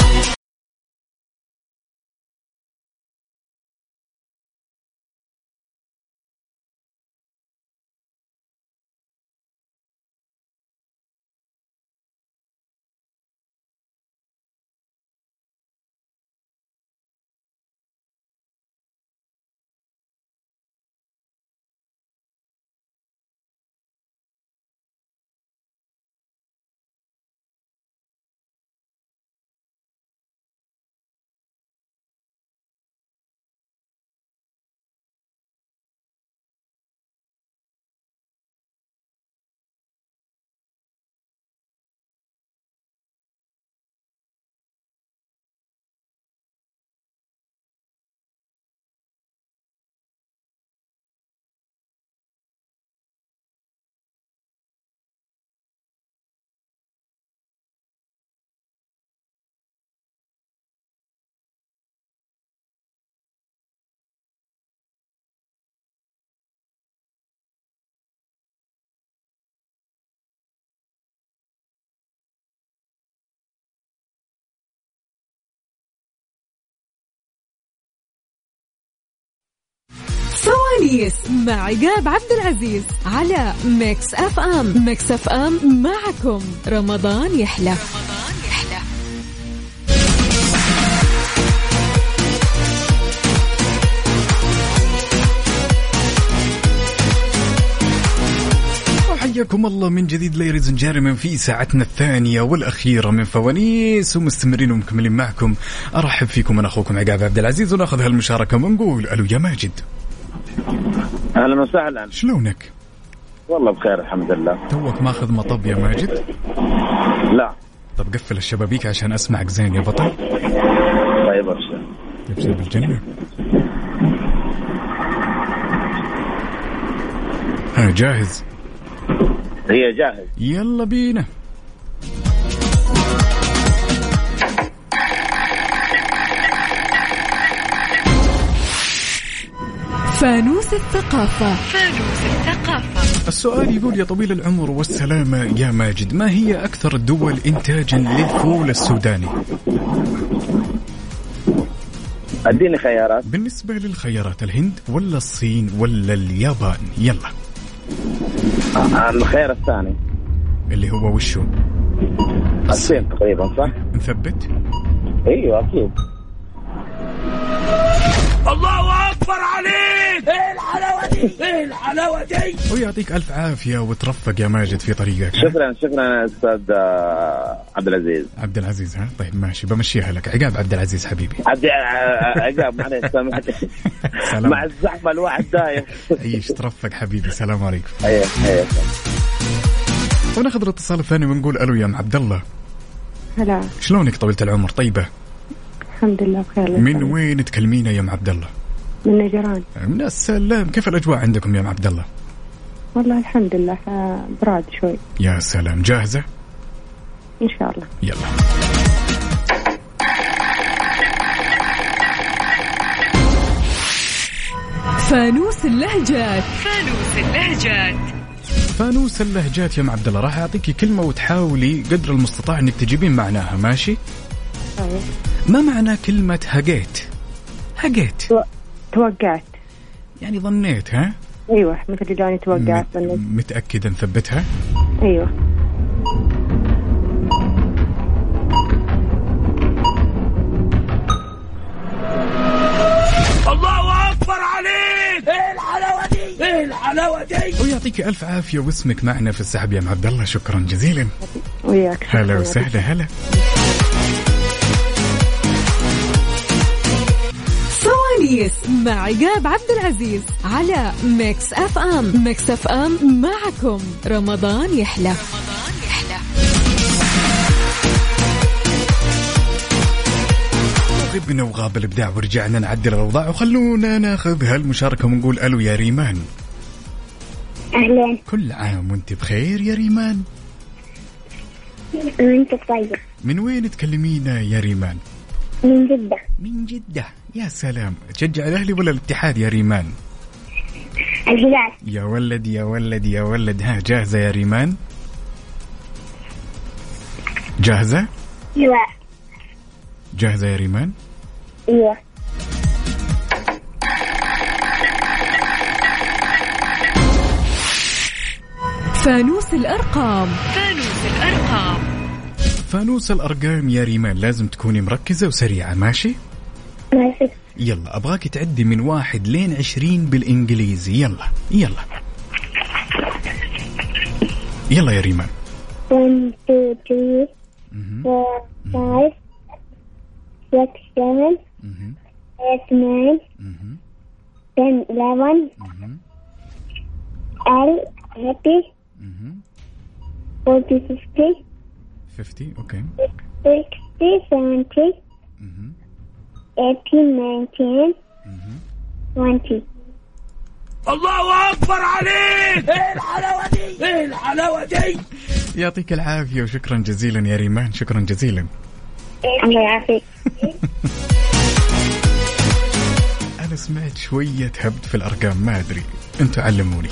فوانيس مع عقاب عبد العزيز على ميكس اف ام. ميكس اف ام معكم رمضان يحلى. رمضان يحلى.
حياكم الله من جديد ليريز جارما في ساعتنا الثانية والأخيرة من فوانيس، ومستمرين ومكملين معكم. أرحب فيكم أنا أخوكم عقاب عبد العزيز، ونأخذ هالمشاركة ونقول ألو يا ماجد.
أهلا وسهلا.
شلونك؟
والله بخير الحمد لله.
توك ماخذ مطب يا ماجد؟
لا.
طب قفل الشبابيك عشان أسمعك زين يا بطل.
طيب أبشر.
أبشر بالجنة. ها جاهز؟
هي جاهز.
يلا بينا.
فانوس الثقافة.
فانوس الثقافة.
السؤال يقول: يا طويل العمر والسلامة يا ماجد، ما هي أكثر الدول إنتاجا للفول السوداني؟
أديني خيارات.
بالنسبة للخيارات: الهند ولا الصين ولا اليابان؟ يلا.
الخيار الثاني
اللي هو وشو؟
الصين تقريبا، صح؟
نثبت؟
ايوه اكيد.
الله اكبر عليك. ايه الحلاوه دي، ايه الحلاوه دي.
ويعطيك الف عافيه وترفق يا ماجد في طريقك.
شكرا شكرا استاذ عبد العزيز.
عبد العزيز ها؟ طيب ماشي، بمشيها لك. عقاب عبد العزيز حبيبي.
عبد عقاب معلش سامحني. مع الزحمه الواحد دايخ.
عيش ترفق حبيبي. السلام عليكم.
ايوه ايوه.
وناخذ الاتصال الثاني ونقول الو يا ام عبد الله.
هلا.
شلونك طويلة العمر؟ طيبة
الحمد لله بخير.
من وين تكلمينا يا ام عبد الله؟
من نجران.
من السلام. كيف الاجواء عندكم يا ام عبد الله؟
والله الحمد لله براد شوي.
يا سلام. جاهزة؟
ان شاء الله.
يلا.
فانوس اللهجات.
فانوس اللهجات.
فانوس اللهجات يا ام عبد الله، راح اعطيكي كلمة وتحاولي قدر المستطاع انك تجيبين معناها، ماشي؟
طيب.
ما معنى كلمة هقيت؟ هقيت
تو... توقعت
يعني ظنيت. ها؟
ايوه مثل اللي جاني توقعت.
مت... متأكد نثبتها؟
ايوه.
الله اكبر عليك. ايه الحلاوه دي، ايه الحلاوه الحلاوة دي.
ويعطيك ألف عافية واسمك معنا في السحب يا عبد الله. شكرا جزيلا.
وياك.
هلا وسهلا. هلا.
فوانيس مع عقاب عبد العزيز على ميكس اف ام. ميكس اف ام معكم رمضان يحلى.
غبنا وغاب الإبداع ورجعنا نعدل الأوضاع، وخلونا ناخذ هالمشاركة ونقول ألو يا ريمان.
أهلا.
كل عام وانت بخير يا ريمان.
وانت طيب.
من وين تكلمينا يا ريمان؟
من جدة.
من جدة. يا سلام. تشجع الأهلي ولا الاتحاد يا ريمان؟
الهلال.
يا ولد يا ولد يا ولد. ها جاهزة يا ريمان؟ جاهزة؟
لا.
جاهزة يا ريمان؟
ايوه.
فانوس الأرقام.
فانوس الأرقام.
فانوس الأرقام يا ريمان لازم تكوني مركزة وسريعة. ماشي؟
ماشي.
يلا أبغاك تعدي من واحد لين عشرين بالإنجليزي. يلا يلا يلا يا ريمان.
one two three four five six seven eight nine ten eleven L eighty forty fifty
fifty. okay.
sixty seventy eighty nineteen twenty.
الله أكبر عليك. إيه الحلاوة دي. إيه الحلاوة دي.
يعطيك العافية وشكرا جزيلا يا ريمان. شكرا جزيلا.
الله يعافيك.
أنا سمعت شوية هبد في الأرقام، ما أدري أنتوا علموني.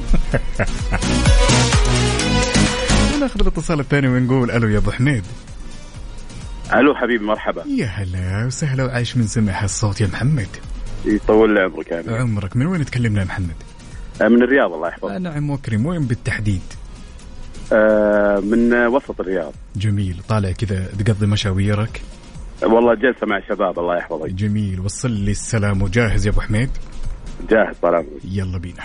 وناخذ الاتصال الثاني ونقول ألو يا أبو حميد.
ألو حبيبي مرحبا.
يا هلا وسهلا وعايش من سمع هالصوت يا محمد.
يطول لي عمرك يا محمد.
عمرك. من وين تكلمنا يا محمد؟
من الرياض الله يحفظك.
نعم وكريم. وين بالتحديد؟
آه من وسط الرياض.
جميل. طالع كذا تقضي مشاويرك؟
والله جلسة مع الشباب الله يحفظك.
جميل. وصل لي السلام. وجاهز يا أبو حميد؟
جاهز. سلام.
يلا بينا.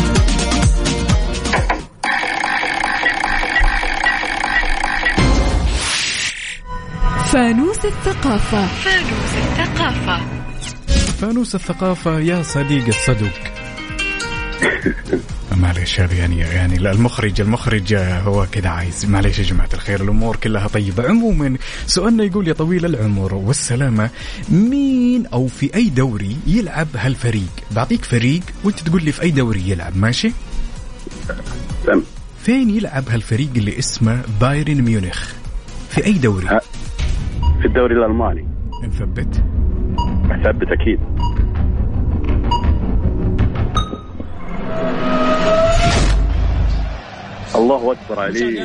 فانوس الثقافة.
فانوس الثقافة.
فانوس الثقافة يا صديق الصدوق. معليش هذا يعني يعني لا المخرج المخرج هو كذا عايز. معليش يا جماعة الخير الأمور كلها طيبة. عموما سؤالنا يقول يا طويل العمر والسلامة، مين أو في أي دوري يلعب هالفريق؟ بعطيك فريق وانت تقول لي في أي دوري يلعب. ماشي؟
تمام.
فين يلعب هالفريق اللي اسمه بايرن ميونخ؟ في أي دوري؟
في الدوري الألماني.
نثبت؟
أثبت أكيد. الله أكبر عليك.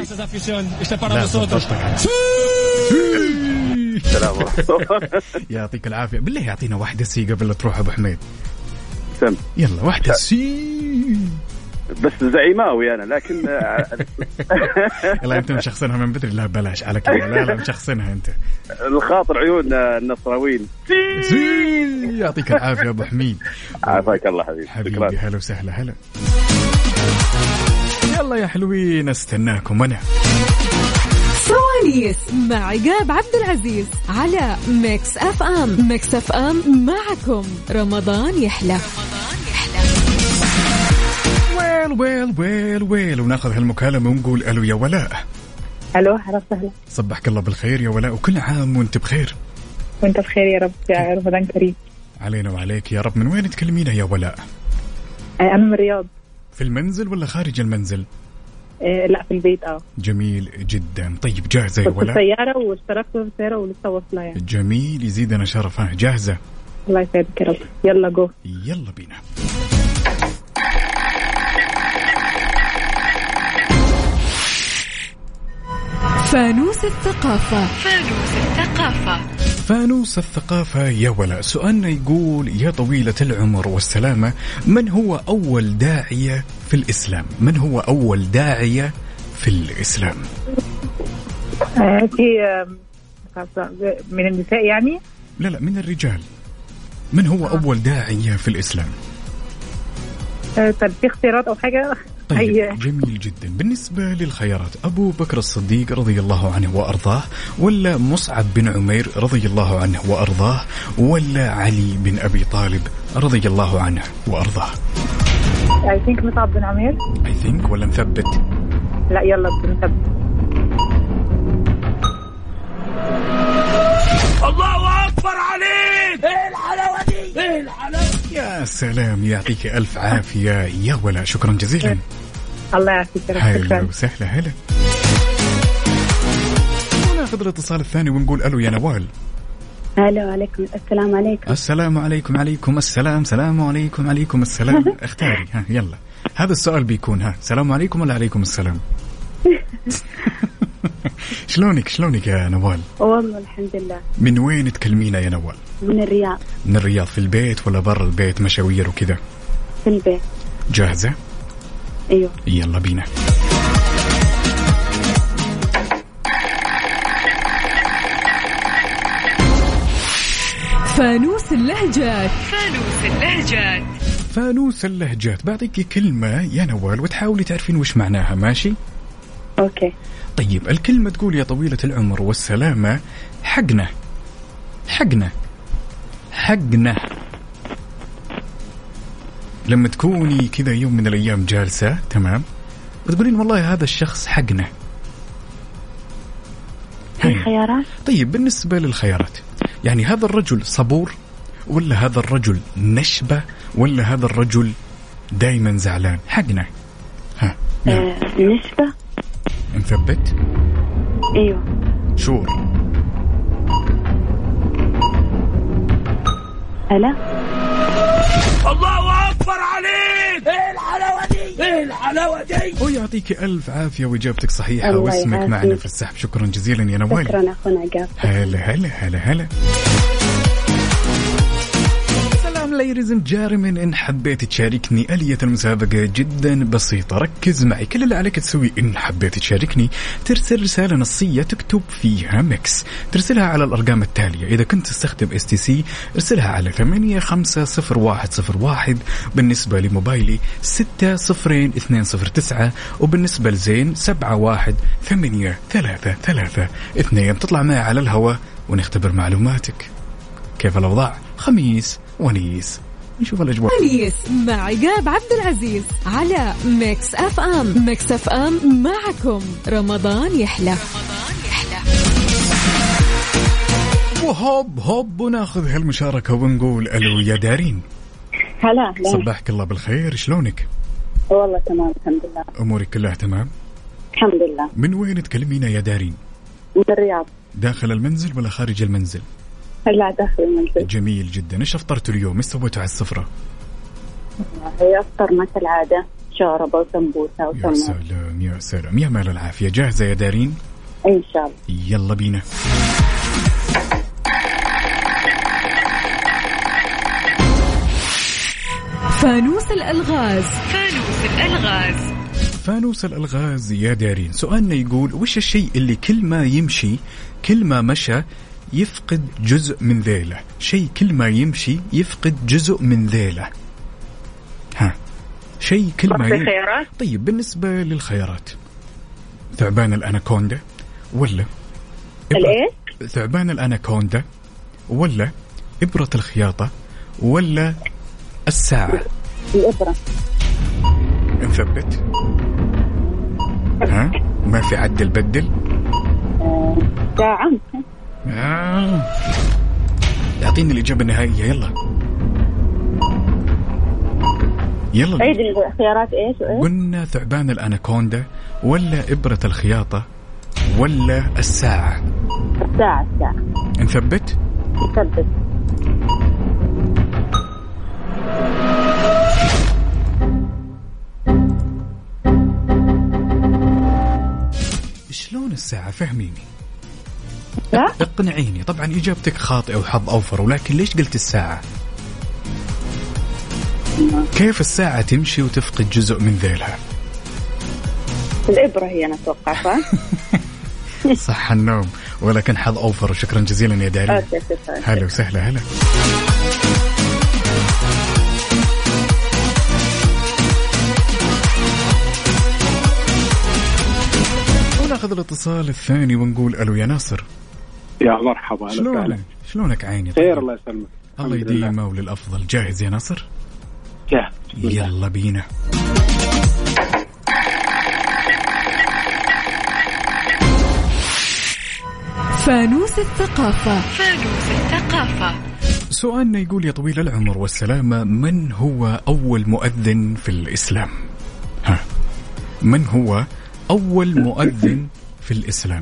السلام عليكم.
يعطيك العافية. بالله يعطينا واحدة سي قبل لا تروح أبو حميد.
سم.
يلا واحدة سي.
بس زعيماوي أنا لكن.
لا أنت مشخصنها من بدري. لا بلاش على كذا. لا لا مشخصنها أنت.
الخاطر عيون النصراويين.
سي. يعطيك العافية أبو حميد.
عافاك الله حبيبي.
حبيبي. هلا وسهلا. هلا. يلا يا حلوين استناكم أنا.
فوانيس مع عقاب عبد العزيز على ميكس اف ام. ميكس اف ام معكم رمضان يحلى.
ويل ويل ويل ويل. وناخذ هالمكالمة ونقول ألو يا ولاء.
ألو هلا وسهلا.
صبحك الله بالخير يا ولاء وكل عام وانت بخير.
وانت بخير يا رب يا رمضان كريم.
علينا وعليك يا رب. من وين تكلمينا يا ولاء؟
أنا من الرياض.
في المنزل ولا خارج المنزل؟
إيه لا في البيت. اه
جميل جدا. طيب جاهزة يا ولاء؟
في السيارة واشتركت في السيارة ولسه واصلة يعني.
جميل يزيدنا شرف. ها جاهزة؟
الله يسعدك يا رب. يلا جو.
يلا بينا.
فانوس الثقافة.
فانوس الثقافة.
فانوس الثقافة يا ولاء. سؤالنا يقول يا طويلة العمر والسلامة، من هو أول داعية في الإسلام؟ من هو أول داعية في الإسلام؟
آه من النساء يعني؟
لا لا من الرجال. من هو أول داعية في الإسلام؟
طب في اختيارات أو حاجة؟
طيب جميل جدا. بالنسبة للخيارات، أبو بكر الصديق رضي الله عنه وأرضاه، ولا مصعب بن عمير رضي الله عنه وأرضاه، ولا علي بن أبي طالب رضي الله عنه وأرضاه؟
I think مصعب بن عمير.
I think ولا نثبت؟
لا يلا نثبت.
الله أكبر عليك. إيه الحلاوة دي؟ إيه الحلاوة؟
يا سلام، يعطيك ألف عافية يا ولا، شكرا جزيلا.
الله يعافيك.
هلا وسهلا. هلا. وناخذ الاتصال الثاني ونقول ألو يا نوال.
هلا عليكم. السلام عليكم.
السلام عليكم. عليكم السلام. سلام عليكم. عليكم السلام. اختاري. ها يلا، هذا السؤال بيكون ها سلام عليكم ولا عليكم السلام؟ شلونك شلونك يا نوال؟
والله الحمد لله.
من وين تكلمينا يا نوال؟
من الرياض.
من الرياض. في البيت ولا برا البيت مشاوير وكذا؟
في البيت.
جاهزة؟
ايوه
يلا بينا.
فانوس اللهجات.
فانوس اللهجات.
فانوس اللهجات. بعطيك كلمة يا نوال وتحاولي تعرفين وش معناها، ماشي؟
اوكي.
طيب الكلمة تقول يا طويلة العمر والسلامة حقنا. حقنا حقنا. لما تكوني كذا يوم من الأيام جالسة تمام وتقولين والله هذا الشخص حقنا.
الخيارات.
طيب بالنسبة للخيارات، يعني هذا الرجل صبور، ولا هذا الرجل نشبة، ولا هذا الرجل دايما زعلان؟ حقنا. ها
آه، نشبة.
نثبت.
ايوه
شور.
هلا.
الله أكبر عليك. إيه الحلاوة دي؟ إيه الحلاوة دي؟
ويعطيك ألف عافية وإجابتك صحيحة واسمك معنا في السحب. شكرا جزيلا يا نوال.
شكرا أخونا عقاب.
هلا هلا هلا هلا. ladies and gentlemen، إن حبيت تشاركني آلية المسابقة جدا بسيطة، ركز معي. كل اللي عليك تسوي إن حبيت تشاركني ترسل رسالة نصية تكتب فيها ميكس، ترسلها على الأرقام التالية. إذا كنت تستخدم اس تي سي ارسلها على ثمانية خمسة صفر واحد صفر واحد، بالنسبة لموبايلي ستة صفرين اثنين صفر تسعة، وبالنسبة لزين سبعة واحد ثمانية ثلاثة ثلاثة اثنين. تطلع معي على الهواء ونختبر معلوماتك. كيف الأوضاع؟ خميس ونيس، نشوف الأجواء.
ونيس مع عقاب عبد العزيز على ميكس اف ام. ميكس اف ام معكم رمضان يحلى. رمضان يحلى.
وهوب هوب وناخذ هالمشاركة ونقول ألو يا دارين.
هلا.
صباحك الله بالخير، شلونك؟
والله تمام الحمد لله.
أمورك كلها تمام؟
الحمد لله.
من وين تكلمينا يا دارين؟
من الرياض.
داخل المنزل ولا خارج المنزل؟
لا داخل المنزل.
جميل جدا. ايش افطرتوا اليوم؟ ايش سويتوا على السفرة؟
هي افطرنا كالعادة شوربة وسمبوسة وسمك.
يا سلام يا سلام يا مال العافية. جاهزة يا دارين؟
ان شاء الله.
يلا بينا.
فانوس الألغاز.
فانوس الألغاز.
فانوس الألغاز يا دارين. سؤالنا يقول وش الشيء اللي كل ما يمشي كل ما مشى يفقد جزء من ذيله؟ شيء كل ما يمشي يفقد جزء من ذيله. ها شيء كل ما يمشي. طيب بالنسبة للخيارات، ثعبان الأناكوندا، ولا
الإيه؟
ثعبان الأناكوندا، ولا إبرة الخياطة، ولا الساعة؟
الإبرة.
نثبت. ها ما في عدل بدل.
ساعة.
آه. يعطيني الإجابة النهائية. يلا يلا.
عيد الخيارات إيش وإيش؟
قلنا ثعبان الأناكوندا، ولا إبرة الخياطة، ولا الساعة؟
الساعة. الساعة.
نثبت.
نثبت.
شلون الساعة؟ فهميني.
لا؟
اقنعيني. طبعا إجابتك خاطئة وحظ أوفر، ولكن ليش قلت الساعة؟ كيف الساعة تمشي وتفقد جزء من ذيلها؟
الإبرة هي أنا أتوقع.
صح النوم، ولكن حظ أوفر. وشكرا جزيلا يا دارين. هلا وسهلا. هلا. ناخذ الاتصال الثاني ونقول ألو يا ناصر.
يا مرحبا.
شلونك؟ شلونك عيني؟
خير الله يسلمك.
الله يديمه وللأفضل. جاهز يا ناصر؟
جاهز.
يلا بينا.
فانوس الثقافة.
فانوس الثقافة.
سؤالنا يقول يا طويل العمر والسلامة، من هو أول مؤذن في الإسلام؟ ها، من هو أول مؤذن في الإسلام؟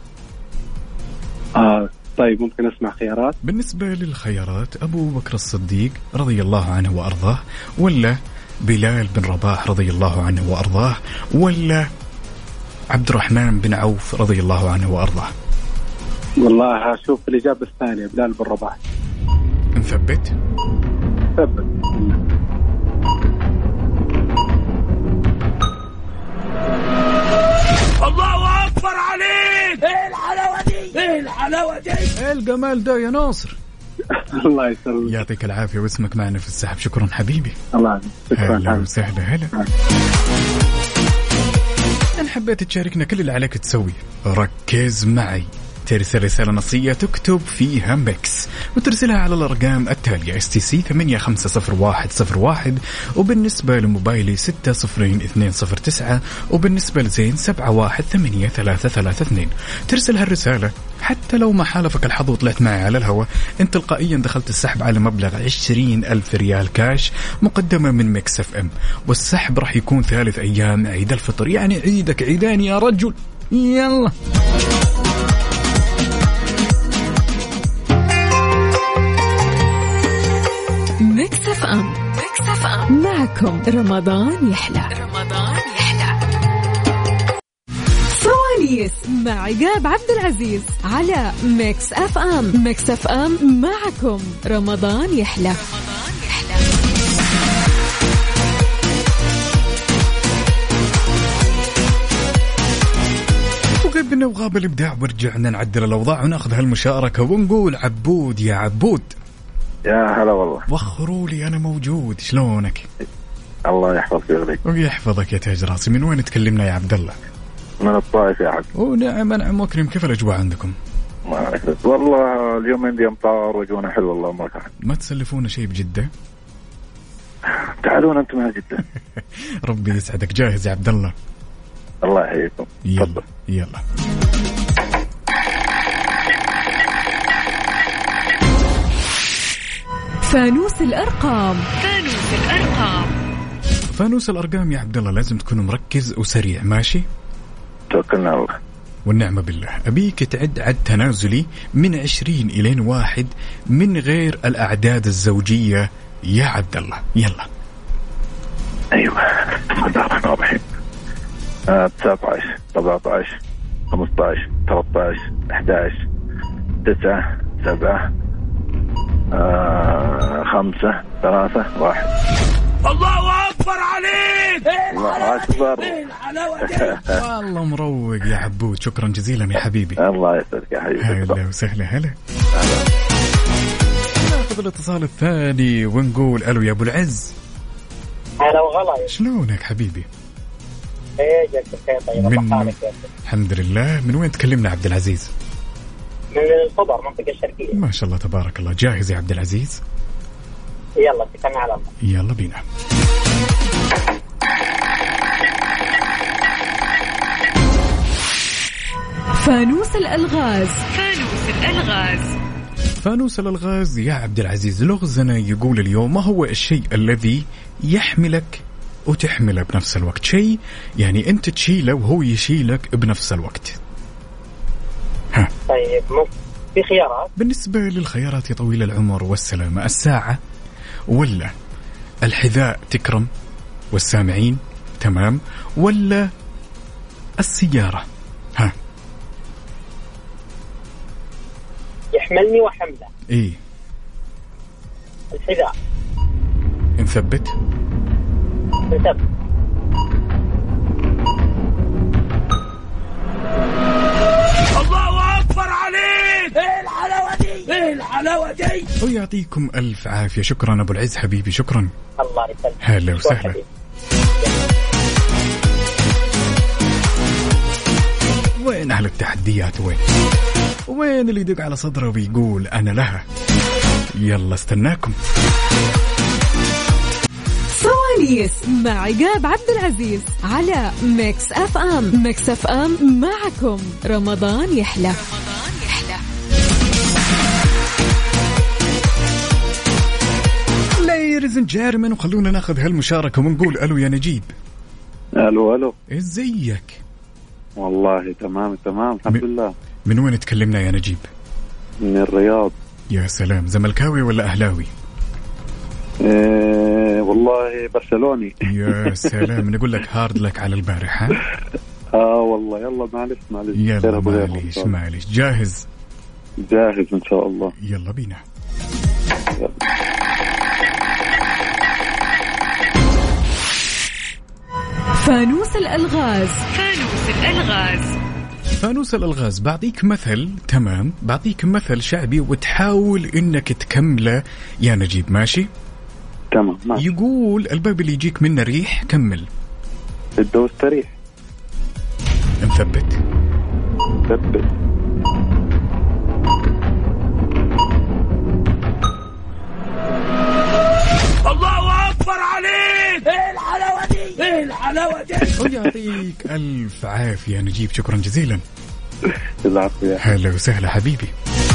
آه طيب ممكن أسمع خيارات؟
بالنسبة للخيارات، أبو بكر الصديق رضي الله عنه وأرضاه، ولا بلال بن رباح رضي الله عنه وأرضاه، ولا عبد الرحمن بن عوف رضي الله عنه وأرضاه؟
والله هشوف الإجابة الثانية، بلال بن رباح.
نثبت؟
ثبت.
الله أكبر عليك. ايه الحلاوة دي، ايه الحلاوة دي،
ايه الجمال ده يا ناصر.
الله يسلمك.
يعطيك العافية واسمك معنا في السحب. شكرا حبيبي.
الله شكرا.
هلا وسهلا. هلا. إن حبيت تشاركنا كل اللي عليك تسوي ركز معي، ترسل رسالة نصية تكتب فيها ميكس وترسلها على الأرقام التالية اس تي سي ثمانية خمسة صفر واحد صفر واحد، وبالنسبة لموبايلي ستة صفرين اثنين صفر تسعة، وبالنسبة لزين سبعة واحد ثمانية ثلاثة ثلاثة اثنين. ترسل هالرسالة حتى لو ما حالفك الحظ وطلعت معي على الهواء، انت تلقائيا دخلت السحب على مبلغ عشرين ألف ريال كاش مقدمة من ميكس اف ام، والسحب راح يكون ثالث أيام عيد الفطر، يعني عيدك عيدان يا رجل. يلا
ميكس اف ام. ميكس اف ام معكم رمضان يحلى. رمضان يحلى. فوانيس مع عقاب عبد العزيز على ميكس اف ام. ميكس اف ام معكم رمضان يحلى. رمضان يحلى.
وغبنا وغاب الإبداع ورجعنا نعدل الأوضاع ونأخذ هالمشاركة ونقول عبود يا عبود.
يا هلا والله.
وخروا لي أنا موجود. شلونك؟
الله يحفظك ويغليك.
ويحفظك يا تاج راسي. من وين تكلمنا يا عبد الله؟
من الطائف يا حق.
ونعم نعم وكريم. كيف الأجواء عندكم؟
ما أعرف والله، اليوم عندي أمطار وجونا حلو والله ما كان.
ما تسلفونا شيء بجدة؟
تعالون أنتم من جدة.
ربي يسعدك. جاهز يا عبد الله؟
الله يحييكم.
يلا يلا.
فانوس الأرقام.
فانوس الأرقام.
فانوس الأرقام يا عبد الله لازم تكون مركز وسريع. ماشي؟
توكلنا الله.
والنعمة بالله. أبيك تعد عد تنازلي من عشرين إلى واحد من غير الأعداد الزوجية يا عبد الله. يلا.
أيوة. بسم الله الرحمن الرحيم. تسعة عشر سبعة عشر خمسة عشر ثلاثة عشر أحد عشر تسعة سبعة آه، خمسة ثلاثة واحد.
الله أكبر عليك.
الله أكبر.
والله مروق يا عبود. شكرا جزيلا يا حبيبي.
الله يسعدك يا حبيبي.
هلا وسهلا. هلا. ناخذ الاتصال الثاني ونقول ألو يا أبو العز.
هلا وغلا.
شلونك حبيبي؟
ايه جالس بخير. طيب
من... الحمد لله. من وين تكلمنا عبد العزيز؟
من الخضر منطقة الشرقية.
ما شاء الله تبارك الله. جاهز يا عبد العزيز؟
يلا اتكلنا على الله.
يلا بينا.
فانوس الألغاز.
فانوس الألغاز.
فانوس الألغاز يا عبد العزيز لغزنا يقول اليوم ما هو الشيء الذي يحملك وتحمله بنفس الوقت؟ شيء يعني أنت تشيله وهو يشيلك بنفس الوقت. ها.
طيب في خيارات؟
بالنسبة للخيارات يا طويل العمر والسلامة، الساعة ولا الحذاء تكرم والسامعين تمام، ولا السيارة؟ ها.
يحملني وحمله.
ايه
الحذاء.
نثبت.
نثبت.
الله أكبر عليك. ايه الحلاوة دي، ايه الحلاوة دي.
ويعطيكم ألف عافية. شكرا أبو العز حبيبي. شكرا.
الله يسلمك.
هلا وسهلا. أهل التحديات وين؟ وين اللي يدق على صدره ويقول أنا لها؟ يلا استناكم.
فوانيس مع عقاب عبد العزيز على ميكس اف ام. ميكس اف ام معكم رمضان يحلى.
ليديز اند جيرمن، وخلونا ناخذ هالمشاركة ونقول ألو يا نجيب.
ألو ألو،
ازيك؟
والله تمام تمام الحمد لله.
من وين تكلمنا يا نجيب؟
من الرياض.
يا سلام، زملكاوي ولا أهلاوي؟
إيه والله برشلوني.
يا سلام، نقول لك هارد لك على البارح. ها
اه والله يلا معلش معلش
يلا معلش معلش. جاهز؟
جاهز ان شاء الله.
يلا بينا.
يلا.
فانوس الألغاز.
فانوس الألغاز.
فانوس الألغاز، بعطيك مثل، تمام، بعطيك مثل شعبي وتحاول انك تكمله يا نجيب، ماشي؟
تمام ماشي.
يقول الباب اللي يجيك منه ريح، كمل.
الدوس تريح.
مثبت
مثبت.
الله أكبر عليك. ايه الحلاوة دي، ايه الحلاوة دي.
ويعطيك ألف عافية نجيب، شكرا جزيلا.
العافية.
هلا وسهلا حبيبي.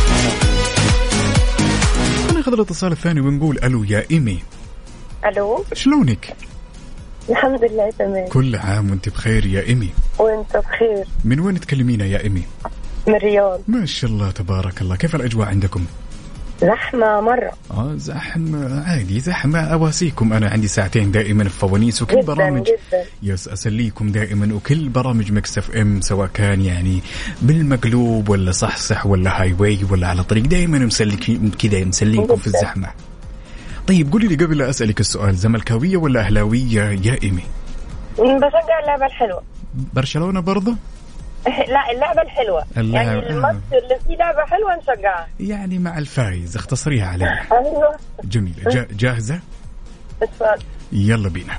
ناخذ الاتصال الثاني ونقول ألو يا إيمي.
ألو،
شلونك؟
الحمد لله تمام.
كل عام وانت بخير يا إيمي.
وانت بخير.
من وين تكلمينا يا إيمي؟
من الرياض.
ما شاء الله تبارك الله. كيف الأجواء عندكم؟
زحمة مرة.
آه زحمة عادي، زحمة أواسيكم. أنا عندي ساعتين دائما في فوانيس وكل
جداً
برامج
جداً.
يس أسليكم دائما، وكل برامج ميكس اف ام سواء كان يعني بالمقلوب ولا صح صح ولا هاي واي ولا على طريق، دائما مسليكم كذا، مسليكم في الزحمة. طيب قولي لي قبل لا أسألك السؤال، زملكاوية ولا أهلاوية يا إيمي؟
بشجع اللعبة الحلوة.
برشلونة برضه؟
لا اللعبة الحلوة.
اللعبة
يعني الماتش اللي فيه لعبة حلوة نشجعها.
يعني مع الفايز، اختصريها علينا.
أيوة.
جميلة. جا جاهزة؟
اتفضل.
يلا بينا.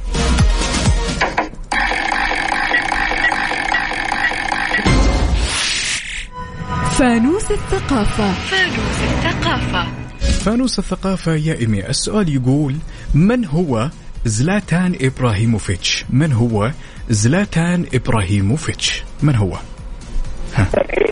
فانوس الثقافة.
فانوس الثقافة.
فانوس الثقافة يا إيمي، السؤال يقول من هو زلاتان إبراهيموفيتش؟ من هو زلاتان إبراهيموفيتش؟ من هو؟ ها.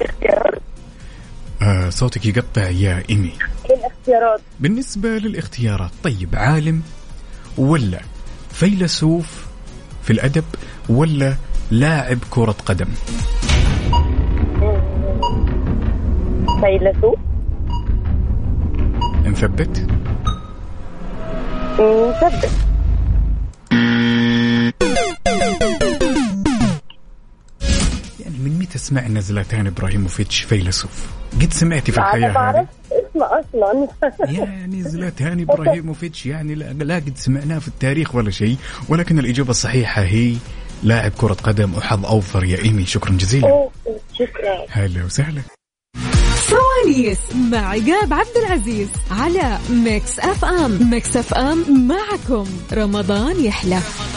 آه صوتك يقطع يا إيمي.
الاختيارات.
بالنسبة للاختيارات، طيب عالم ولا فيلسوف في الأدب ولا لاعب كرة قدم؟
فيلسوف.
نثبت؟
نثبت.
يعني من متى سمعنا زلاتان إبراهيموفيتش فيلسوف؟ قد سمعتي في الحياة
أنا بعرف اسمه أصلا.
يعني زلاتان إبراهيموفيتش يعني لا, لا قد سمعناه في التاريخ ولا شيء، ولكن الإجابة الصحيحة هي لاعب كرة قدم، وحظ أوفر يا إيمي. شكرا جزيلا.
شكرا.
هلا وسهلا.
فوانيس مع عقاب عبد العزيز على ميكس اف ام. ميكس اف ام معكم رمضان يحلى.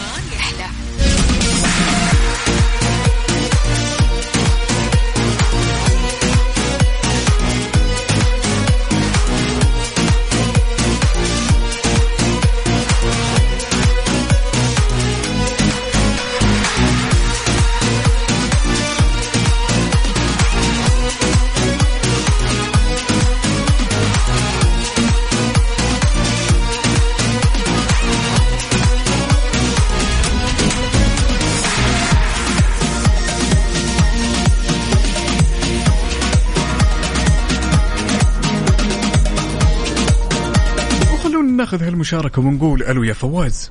ناخذ هالمشاركة ونقول ألو يا فواز.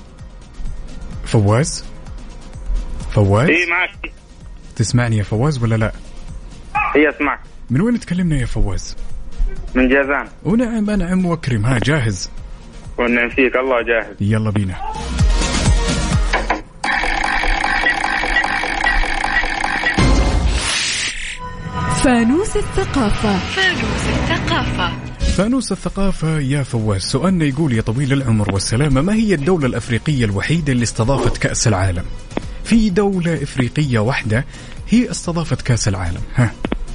فواز فواز
ايه معك.
تسمعني يا فواز ولا لا؟
ايه اسمعك.
من وين تكلمنا يا فواز؟
من جازان.
ونعم أنعم وأكرم. ها جاهز؟
ونعم فيك الله جاهز.
يلا بينا.
فانوس الثقافة.
فانوس الثقافة.
فانوس الثقافة يا فواز، سؤالنا يقول يا طويل العمر والسلامة، ما هي الدولة الأفريقية الوحيدة اللي استضافت كأس العالم؟ في دولة إفريقية واحدة هي استضافت كأس العالم؟ ها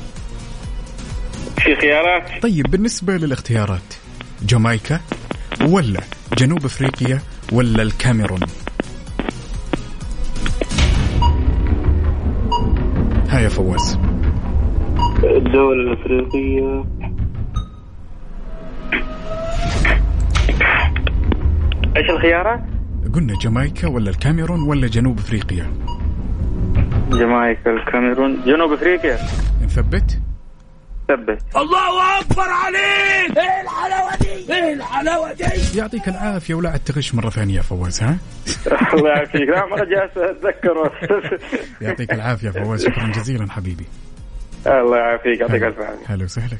في خيارات؟
طيب بالنسبة للاختيارات، جامايكا ولا جنوب أفريقيا ولا الكاميرون؟ ها يا فواز.
الدولة الأفريقية. إيش الخيارات؟
قلنا جامايكا ولا الكاميرون ولا جنوب أفريقيا.
جامايكا، الكاميرون، جنوب أفريقيا.
نثبت؟
ثبت.
الله أكبر عليك. إيه الحلاوة دي، إيه الحلاوة دي.
يعطيك العافية ولا عاد تغش مرة ثانية يا فواز. ها
الله يعافيك. لا مرة جالس أتذكر.
يعطيك العافية فواز، شكرا جزيلا حبيبي.
الله يعافيك، يعطيك الف عافية.
هلا وسهلا.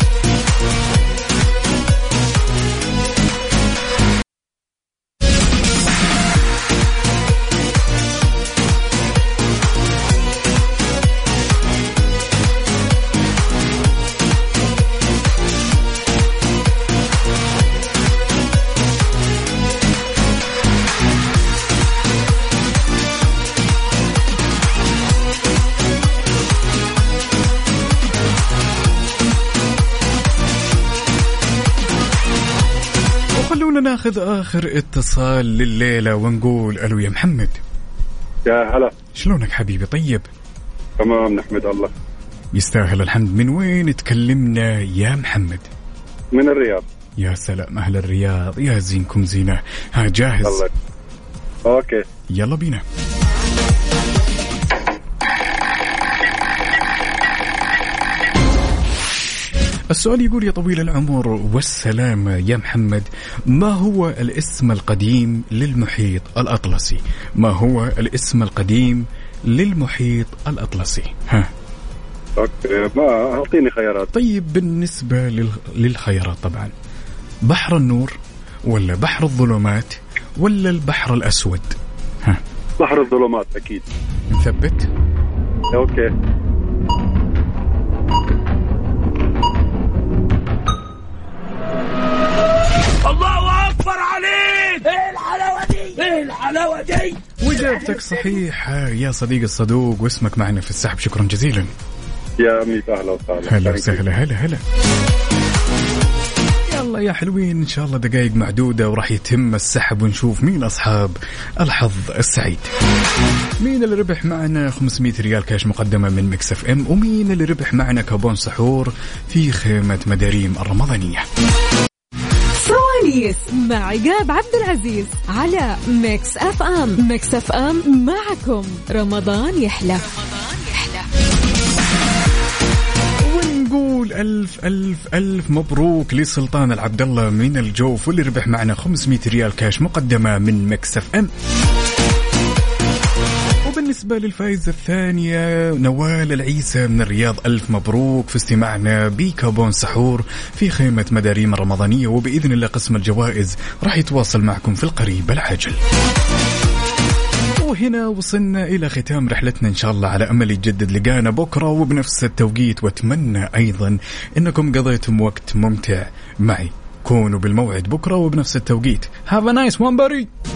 ناخذ آخر اتصال لليلة ونقول ألو يا محمد.
يا هلا،
شلونك حبيبي؟ طيب
تمام نحمد الله.
يستاهل الحمد. من وين تكلمنا يا محمد؟
من الرياض.
يا سلام، أهل الرياض يا زينكم زينة. ها جاهز؟
الله. أوكي
يلا بينا. السؤال يقول يا طويل العمر والسلامة يا محمد، ما هو الاسم القديم للمحيط الأطلسي؟ ما هو الاسم القديم للمحيط الأطلسي؟ ها
أوكي، ما أعطيني خيارات.
طيب بالنسبة لل... للخيارات طبعا، بحر النور ولا بحر الظلمات ولا البحر الأسود؟ ها
بحر الظلمات أكيد.
نثبت؟
أوكي.
الله أكبر عليك. إيه الحلاوة دي، إيه الحلاوة دي.
وإجابتك صحيحة يا صديق الصدوق، واسمك معنا في السحب. شكرا جزيلا
يا أمي. أهلا وسهلا.
هلا وسهلا. هلا هلا. يلا يا حلوين، إن شاء الله دقائق معدودة وراح يتم السحب ونشوف مين أصحاب الحظ السعيد. مين اللي ربح معنا خمسمية ريال كاش مقدمة من ميكس اف ام، ومين اللي ربح معنا كوبون سحور في خيمة مداريم الرمضانية.
فرونيس مع عقاب عبد العزيز على ميكس اف ام. ميكس اف ام معكم رمضان يحلى.
ونقول ألف ألف ألف مبروك لسلطان العبد الله من الجوف، واللي ربح معنا خمسمية ريال كاش مقدمة من ميكس اف ام. وبالنسبة للفائزة الثانية نوال العيسى من الرياض، ألف مبروك في استماعنا بكوبون سحور في خيمة مداريم الرمضانية، وبإذن الله قسم الجوائز راح يتواصل معكم في القريب العاجل. وهنا وصلنا إلى ختام رحلتنا، إن شاء الله على أمل يتجدد لقانا بكرة وبنفس التوقيت، وأتمنى أيضا أنكم قضيتم وقت ممتع معي. كونوا بالموعد بكرة وبنفس التوقيت. Have a nice one buddy.